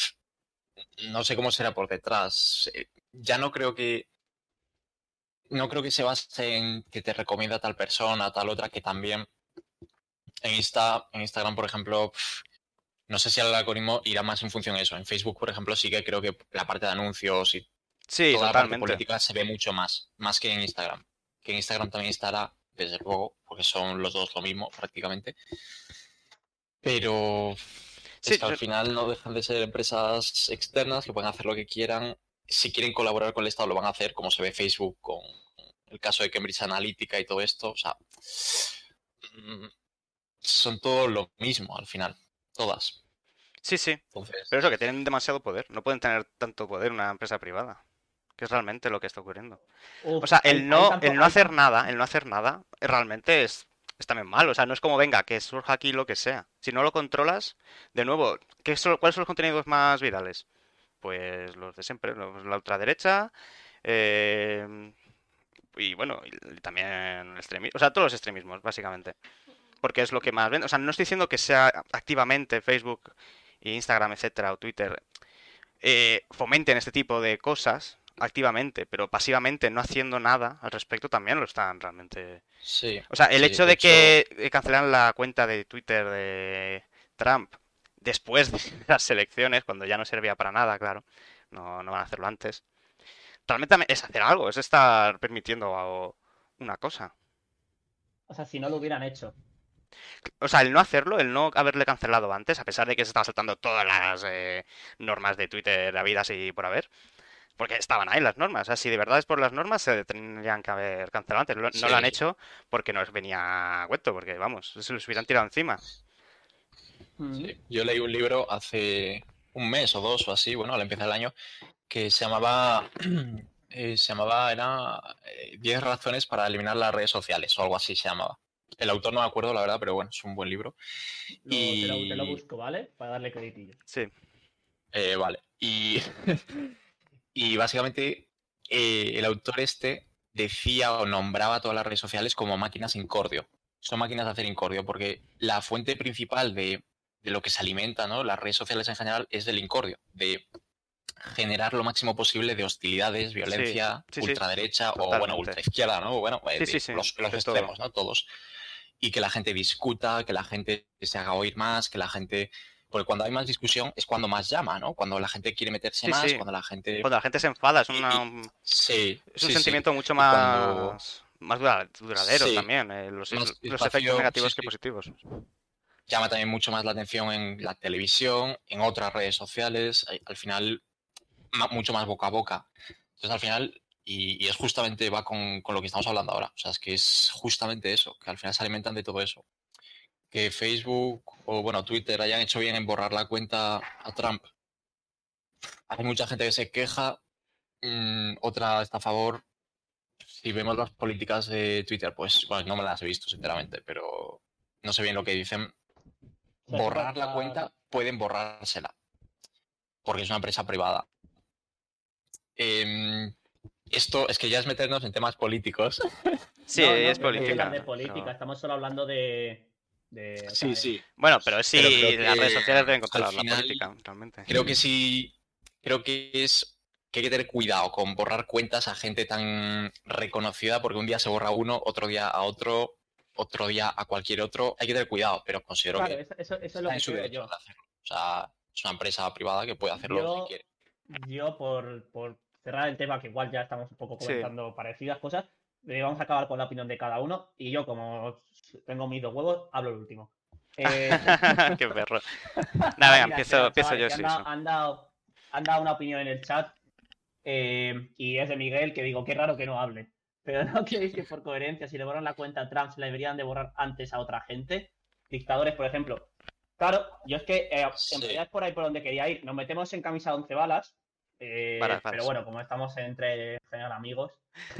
no sé cómo será por detrás. Eh, Ya no creo que no creo que se base en que te recomienda tal persona, tal otra, que también en Insta, en Instagram, por ejemplo, pf, no sé si el algoritmo irá más en función de eso. En Facebook, por ejemplo, sí que creo que la parte de anuncios y Sí, toda la parte totalmente. política se ve mucho más, más que en Instagram. Que en Instagram también estará, desde luego, porque son los dos lo mismo prácticamente. Pero Sí, es que al yo- final no dejan de ser empresas externas que pueden hacer lo que quieran. Si quieren colaborar con el Estado lo van a hacer, como se ve Facebook con el caso de Cambridge Analytica y todo esto. O sea, mm, son todo lo mismo al final, todas. sí, sí. Entonces, Pero eso, que tienen demasiado poder. No pueden tener tanto poder una empresa privada. Que es realmente lo que está ocurriendo. Uf, O sea, hay- el hay no, tanto- el no hay hacer tan- nada, el no hacer nada, eh, realmente es, es también malo. O sea, no es como venga, que surja aquí lo que sea. Si no lo controlas, de nuevo, ¿qué son, ¿cuáles son los contenidos más virales? Pues los de siempre, los- la ultraderecha, eh, y bueno, y también el extremismo, o sea, todos los extremismos, básicamente. Porque es lo que más vende. O sea, no estoy diciendo que sea activamente Facebook, e Instagram, etcétera, o Twitter, eh, fomenten este tipo de cosas activamente, pero pasivamente no haciendo nada al respecto también lo están realmente. sí. O sea, el sí, hecho de que eh, cancelaran la cuenta de Twitter de Trump después de las elecciones, cuando ya no servía para nada, claro, no, no van a hacerlo antes, realmente es hacer algo, es estar permitiendo a- una cosa. O sea, si no lo hubieran hecho. O sea, el no hacerlo, el no haberle cancelado antes, a pesar de que se estaban saltando todas las eh, normas de Twitter habidas y por haber, porque estaban ahí las normas. O sea, si de verdad es por las normas, se tendrían que haber cancelado antes. Lo- No Sí. lo han hecho porque no les venía a cuento, porque vamos, se los hubieran tirado encima. Mm. Sí. Yo leí un libro hace un mes o dos o así, bueno, al empezar el año, que se llamaba, eh, se llamaba, era eh, diez razones para eliminar las redes sociales o algo así se llamaba. El autor no me acuerdo, la verdad, pero bueno, es un buen libro. Lo- te, lo, te lo Y- busco, ¿vale? Para darle creditillo. Sí, Eh, vale. Y, y básicamente eh, el autor este decía o nombraba a todas las redes sociales como máquinas incordio. son máquinas de hacer incordio, porque la fuente principal de, de lo que se alimenta, ¿no? Las redes sociales en general es del incordio, de generar lo máximo posible de hostilidades, violencia, sí, sí, ultraderecha o, bueno, totalmente. ultraizquierda, ¿no? Bueno, eh, Sí, de sí, sí, los, los de extremos, todo. ¿no? Todos. Y que la gente discuta, que la gente se haga oír más, que la gente... Porque cuando hay más discusión es cuando más llama, ¿no? Cuando la gente quiere meterse Sí, más, sí. cuando la gente... Cuando la gente se enfada, es Y, una, y- sí, es un sí, sí. sentimiento mucho Y cuando... más, más dura- duradero Sí, también. eh, los, más los efectos espacio, sí, negativos que sí. positivos. Llama también mucho más la atención en la televisión, en otras redes sociales, al al final ma- mucho más boca a boca. Entonces al final, y, y es justamente va con, con lo que estamos hablando ahora, o sea, es que es justamente eso, que al final se alimentan de todo eso. Que Facebook o bueno, Twitter hayan hecho bien en borrar la cuenta a Trump. Hay mucha gente que se queja, mm, otra está a favor. Si vemos las políticas de Twitter, pues bueno, no me las he visto sinceramente, pero no sé bien lo que dicen. O sea, se puede Borrar la estar- cuenta, pueden borrársela, porque es una empresa privada. Em, esto es que ya es meternos en temas políticos. Sí, No, no, es pero no vamos a hablar política. de política, pero- estamos solo hablando de... de o sea, Sí, de- sí. Bueno, pero sí, Pero creo las redes que sociales deben al controlar la final, política, realmente. creo que sí, creo que es que hay que tener cuidado con borrar cuentas a gente tan reconocida, porque un día se borra uno, otro día a otro, otro día a cualquier otro. Hay que tener cuidado, pero considero Claro, que eso, eso, eso es lo está que en su creo derecho yo. de hacerlo. O sea, es una empresa privada que puede hacerlo si Yo, quiere. yo por, por cerrar el tema, que igual ya estamos un poco Sí. comentando parecidas cosas, eh, vamos a acabar con la opinión de cada uno. Y yo, como tengo mis dos huevos, hablo el último. Eh, Qué perro. Nada, Nada, venga, mira, empiezo, espera, empiezo chavales, yo, que han sí, dado, eso. han dado- han dado una opinión en el chat eh, y es de Miguel, que digo, qué raro que no hable. Pero no queréis que por coherencia, si le borran la cuenta a Trump, se la deberían de borrar antes a otra gente. Dictadores, por ejemplo. Claro, yo es que eh, Sí. en realidad es por ahí por donde quería ir. Nos metemos en camisa de once balas. eh, Varas, varas. Pero bueno, como estamos entre en general amigos,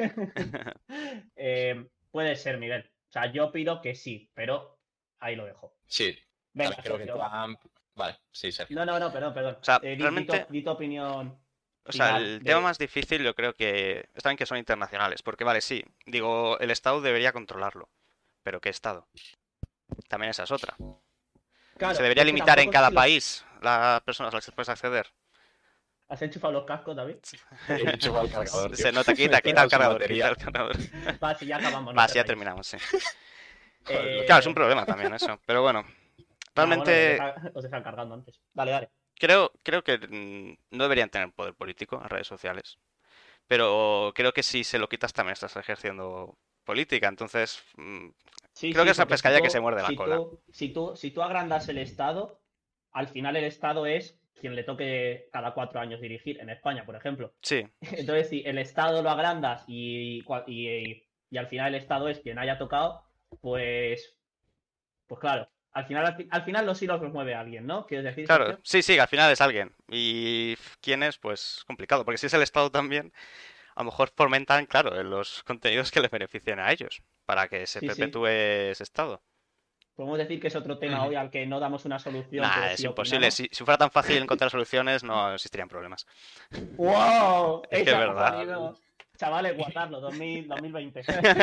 eh, puede ser, Miguel. O sea, yo pido que sí, pero ahí lo dejo. Sí. Venga, También creo que Sergio, va. Trump... Vale, sí, Sergio. No, no, no, perdón, perdón. O sea, Eh, di, di tu, realmente, di tu opinión o sea, final el de- tema más difícil yo creo que está en que son internacionales, porque vale, sí, digo, el Estado debería controlarlo, pero ¿qué Estado? También esa es otra. Claro, Se debería es que limitar en tampoco sé cada si lo- país las personas a las que puedes acceder. ¿Has enchufado los cascos, David? He hecho el cargador, tío. Se nota, Me quita, he quita quedado el sin cargador, batería. quita el cargador. Va, si ya acabamos. no Va, te sí, ya rayes. terminamos, sí. Eh, Claro, es un problema también eso, pero bueno. no, bueno, Realmente os deja- os dejan cargando antes. Dale, dale. creo, creo que mm, no deberían tener poder político las redes sociales, pero creo que si se lo quitas también estás ejerciendo política, entonces mm, Sí, creo sí, que es la porque si pescadilla tú- que se muerde la si cola. tú- si, tú, si tú agrandas el Estado, al final el Estado es quien le toque cada cuatro años dirigir, en España, por ejemplo. Sí, Entonces, si el Estado lo agrandas y, cua- y, y al final el Estado es quien haya tocado, pues, pues claro, al final, al, fi- al final los hilos los mueve alguien, ¿no? ¿Quieres decir, claro, Sergio? sí, sí, al final es alguien. ¿Y quién es? Pues complicado, porque si es el Estado también, a lo mejor fomentan, claro, los contenidos que les beneficien a ellos, para que se Sí, sí. perpetúe ese Estado. Podemos decir que es otro tema Ujú. hoy al que no damos una solución, Nah, pero es sí imposible. opinamos. Si, si fuera tan fácil encontrar soluciones, no existirían problemas. ¡Wow! Es que Esa es ha verdad. salido. Chavales, guardarlo, dos mil, dos mil veinte.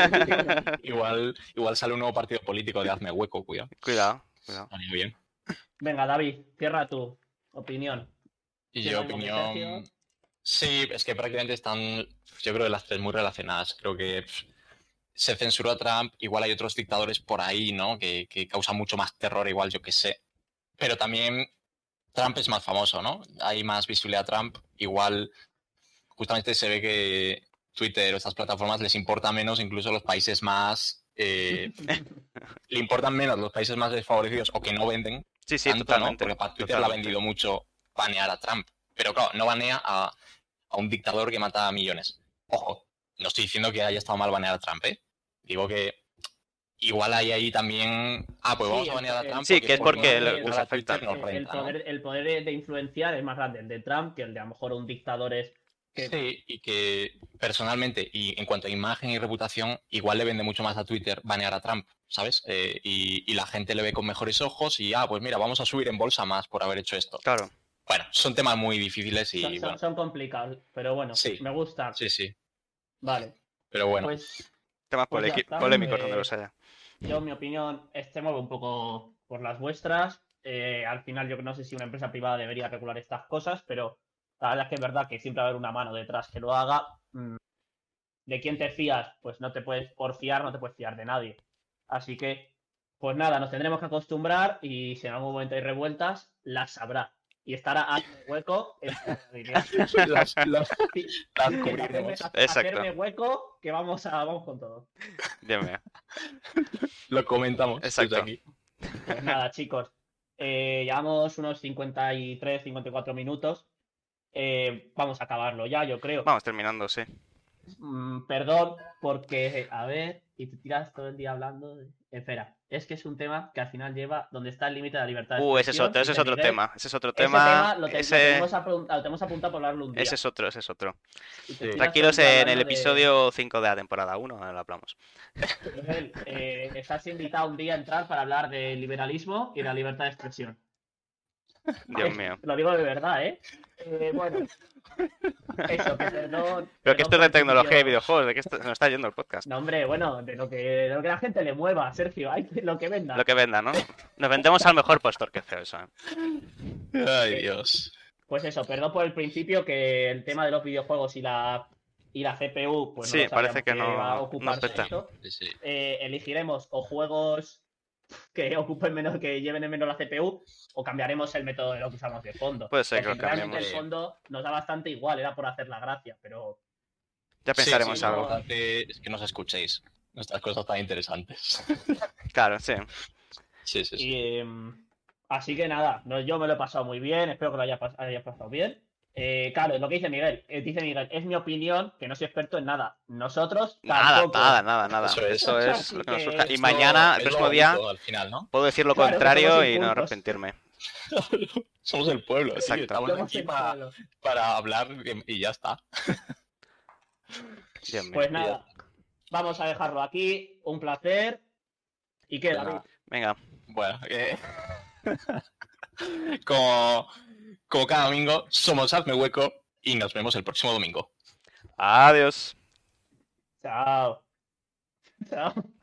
Igual, igual sale un nuevo partido político de Hazme Hueco, cuidado. Cuidado, cuidado. Estaría bien. Venga, David, cierra tu opinión. Y ¿Tienes yo, algo que opinión... Sergio? Sí, es que prácticamente están, yo creo que las tres muy relacionadas. Creo que pff, se censuró a Trump, igual hay otros dictadores por ahí, ¿no? Que, que causan mucho más terror, igual yo que sé. Pero también Trump es más famoso, ¿no? Hay más visibilidad a Trump. Igual, justamente se ve que Twitter o estas plataformas les importa menos incluso los países más... eh, le importan menos los países más desfavorecidos o que no venden Sí, sí, tanto, ¿no? totalmente. Porque para Twitter le ha totalmente. vendido mucho banear a Trump. Pero claro, no banea a, a un dictador que mata a millones. Ojo, no estoy diciendo que haya estado mal banear a Trump, ¿eh? Digo que igual hay ahí también... Ah, pues Sí, vamos a el- banear a el- Trump Sí, que es por porque no le- usar les afecta. Twitter nos el, renta, ¿no? poder, el poder de influenciar es más grande el de Trump que el de a lo mejor un dictador es que... Sí, y que personalmente, y en cuanto a imagen y reputación, igual le vende mucho más a Twitter banear a Trump, ¿sabes? Eh, y, y la gente le ve con mejores ojos y, ah, pues mira, vamos a subir en bolsa más por haber hecho esto. Claro. Bueno, son temas muy difíciles y son, son- bueno, son complicados, pero bueno, Sí. me gusta. sí, sí. Vale, Pero bueno, pues Temas Pues ya polequi- está, polémicos eh. donde los haya. yo, mi opinión, este mueve un poco por las vuestras. Eh, al final, yo no sé si una empresa privada debería regular estas cosas, pero la verdad es que es verdad que siempre va a haber una mano detrás que lo haga. Mm, ¿De quién te fías? Pues no te puedes, por fiar, no te puedes fiar de nadie. Así que, pues nada, nos tendremos que acostumbrar y si en algún momento hay revueltas, las habrá. Y estará al hueco en Las, las, las hacerme, cubriremos. Exacto. hacerme hueco, que vamos a vamos con todo. Dios mío. Lo comentamos desde Exacto. aquí. Pues nada, chicos. Eh, llevamos unos cincuenta y tres, cincuenta y cuatro minutos. Eh, vamos a acabarlo ya, yo creo. Vamos terminando, sí. Mm, perdón, porque, a ver, y te tiras todo el día hablando. De... Espera, es que es un tema que al final lleva donde está el límite de la libertad de Uh, ese es expresión, otro, ese es de otro Miguel. tema. Ese es otro Ese tema. tema lo, te- lo Ese, tenemos, apuntado, lo tenemos apuntado para hablarlo un día. ese es otro, ese es otro. Y te Sí. tiras Tranquilos, todo el día en el hablando de- episodio cinco de la temporada uno lo hablamos. Miguel, eh, estás invitado un día a entrar para hablar de liberalismo y de la libertad de expresión. Dios mío. Lo digo de verdad, ¿eh? Eh, bueno, eso, que perdón. Pero que esto es de perdón por el tecnología y vídeo. videojuegos, ¿de qué está- se nos está yendo el podcast? No, hombre, bueno, de lo que, de lo que la gente le mueva, Sergio, hay que- lo que venda. Lo que venda, ¿no? Nos vendemos al mejor postor que feo eso. ¿eh? Ay, Dios. Pues eso, perdón por el principio que el tema de los videojuegos y la y la C P U, pues no Sí, lo parece sabíamos que no- iba a no ocuparse afecta. esto. Sí, sí. Eh, elegiremos o juegos que ocupen menos, que lleven menos la C P U, o cambiaremos el método de lo que usamos de fondo. Puede ser que Porque lo realmente cambiemos. el fondo nos da bastante igual, era por hacer la gracia, pero Ya pensaremos Sí, sí, lo algo. importante es que nos escuchéis. Nuestras cosas tan interesantes. Claro, sí. Sí, sí, sí. Y, em, así que nada, no, yo me lo he pasado muy bien, espero que lo haya, pas- hayas pasado bien. Eh, claro, es lo que dice Miguel, eh, dice Miguel, es mi opinión, que no soy experto en nada. Nosotros Nada, tampoco. nada, nada, nada. Eso es. Eso es Así lo que nos que surja. Y esto mañana, el Es lo próximo día, bonito al final, ¿no? puedo decir lo Claro, contrario somos y no incultos. arrepentirme. Somos el pueblo. sí, Exacto. Estamos Somos aquí el para, pueblo. para hablar y, y ya está. Dios mío. Pues nada, vamos a dejarlo aquí, un placer. ¿Y qué, David? Venga, Bueno, eh, como, como cada domingo, somos Hazme Hueco y nos vemos el próximo domingo. adiós. Chao. Chao.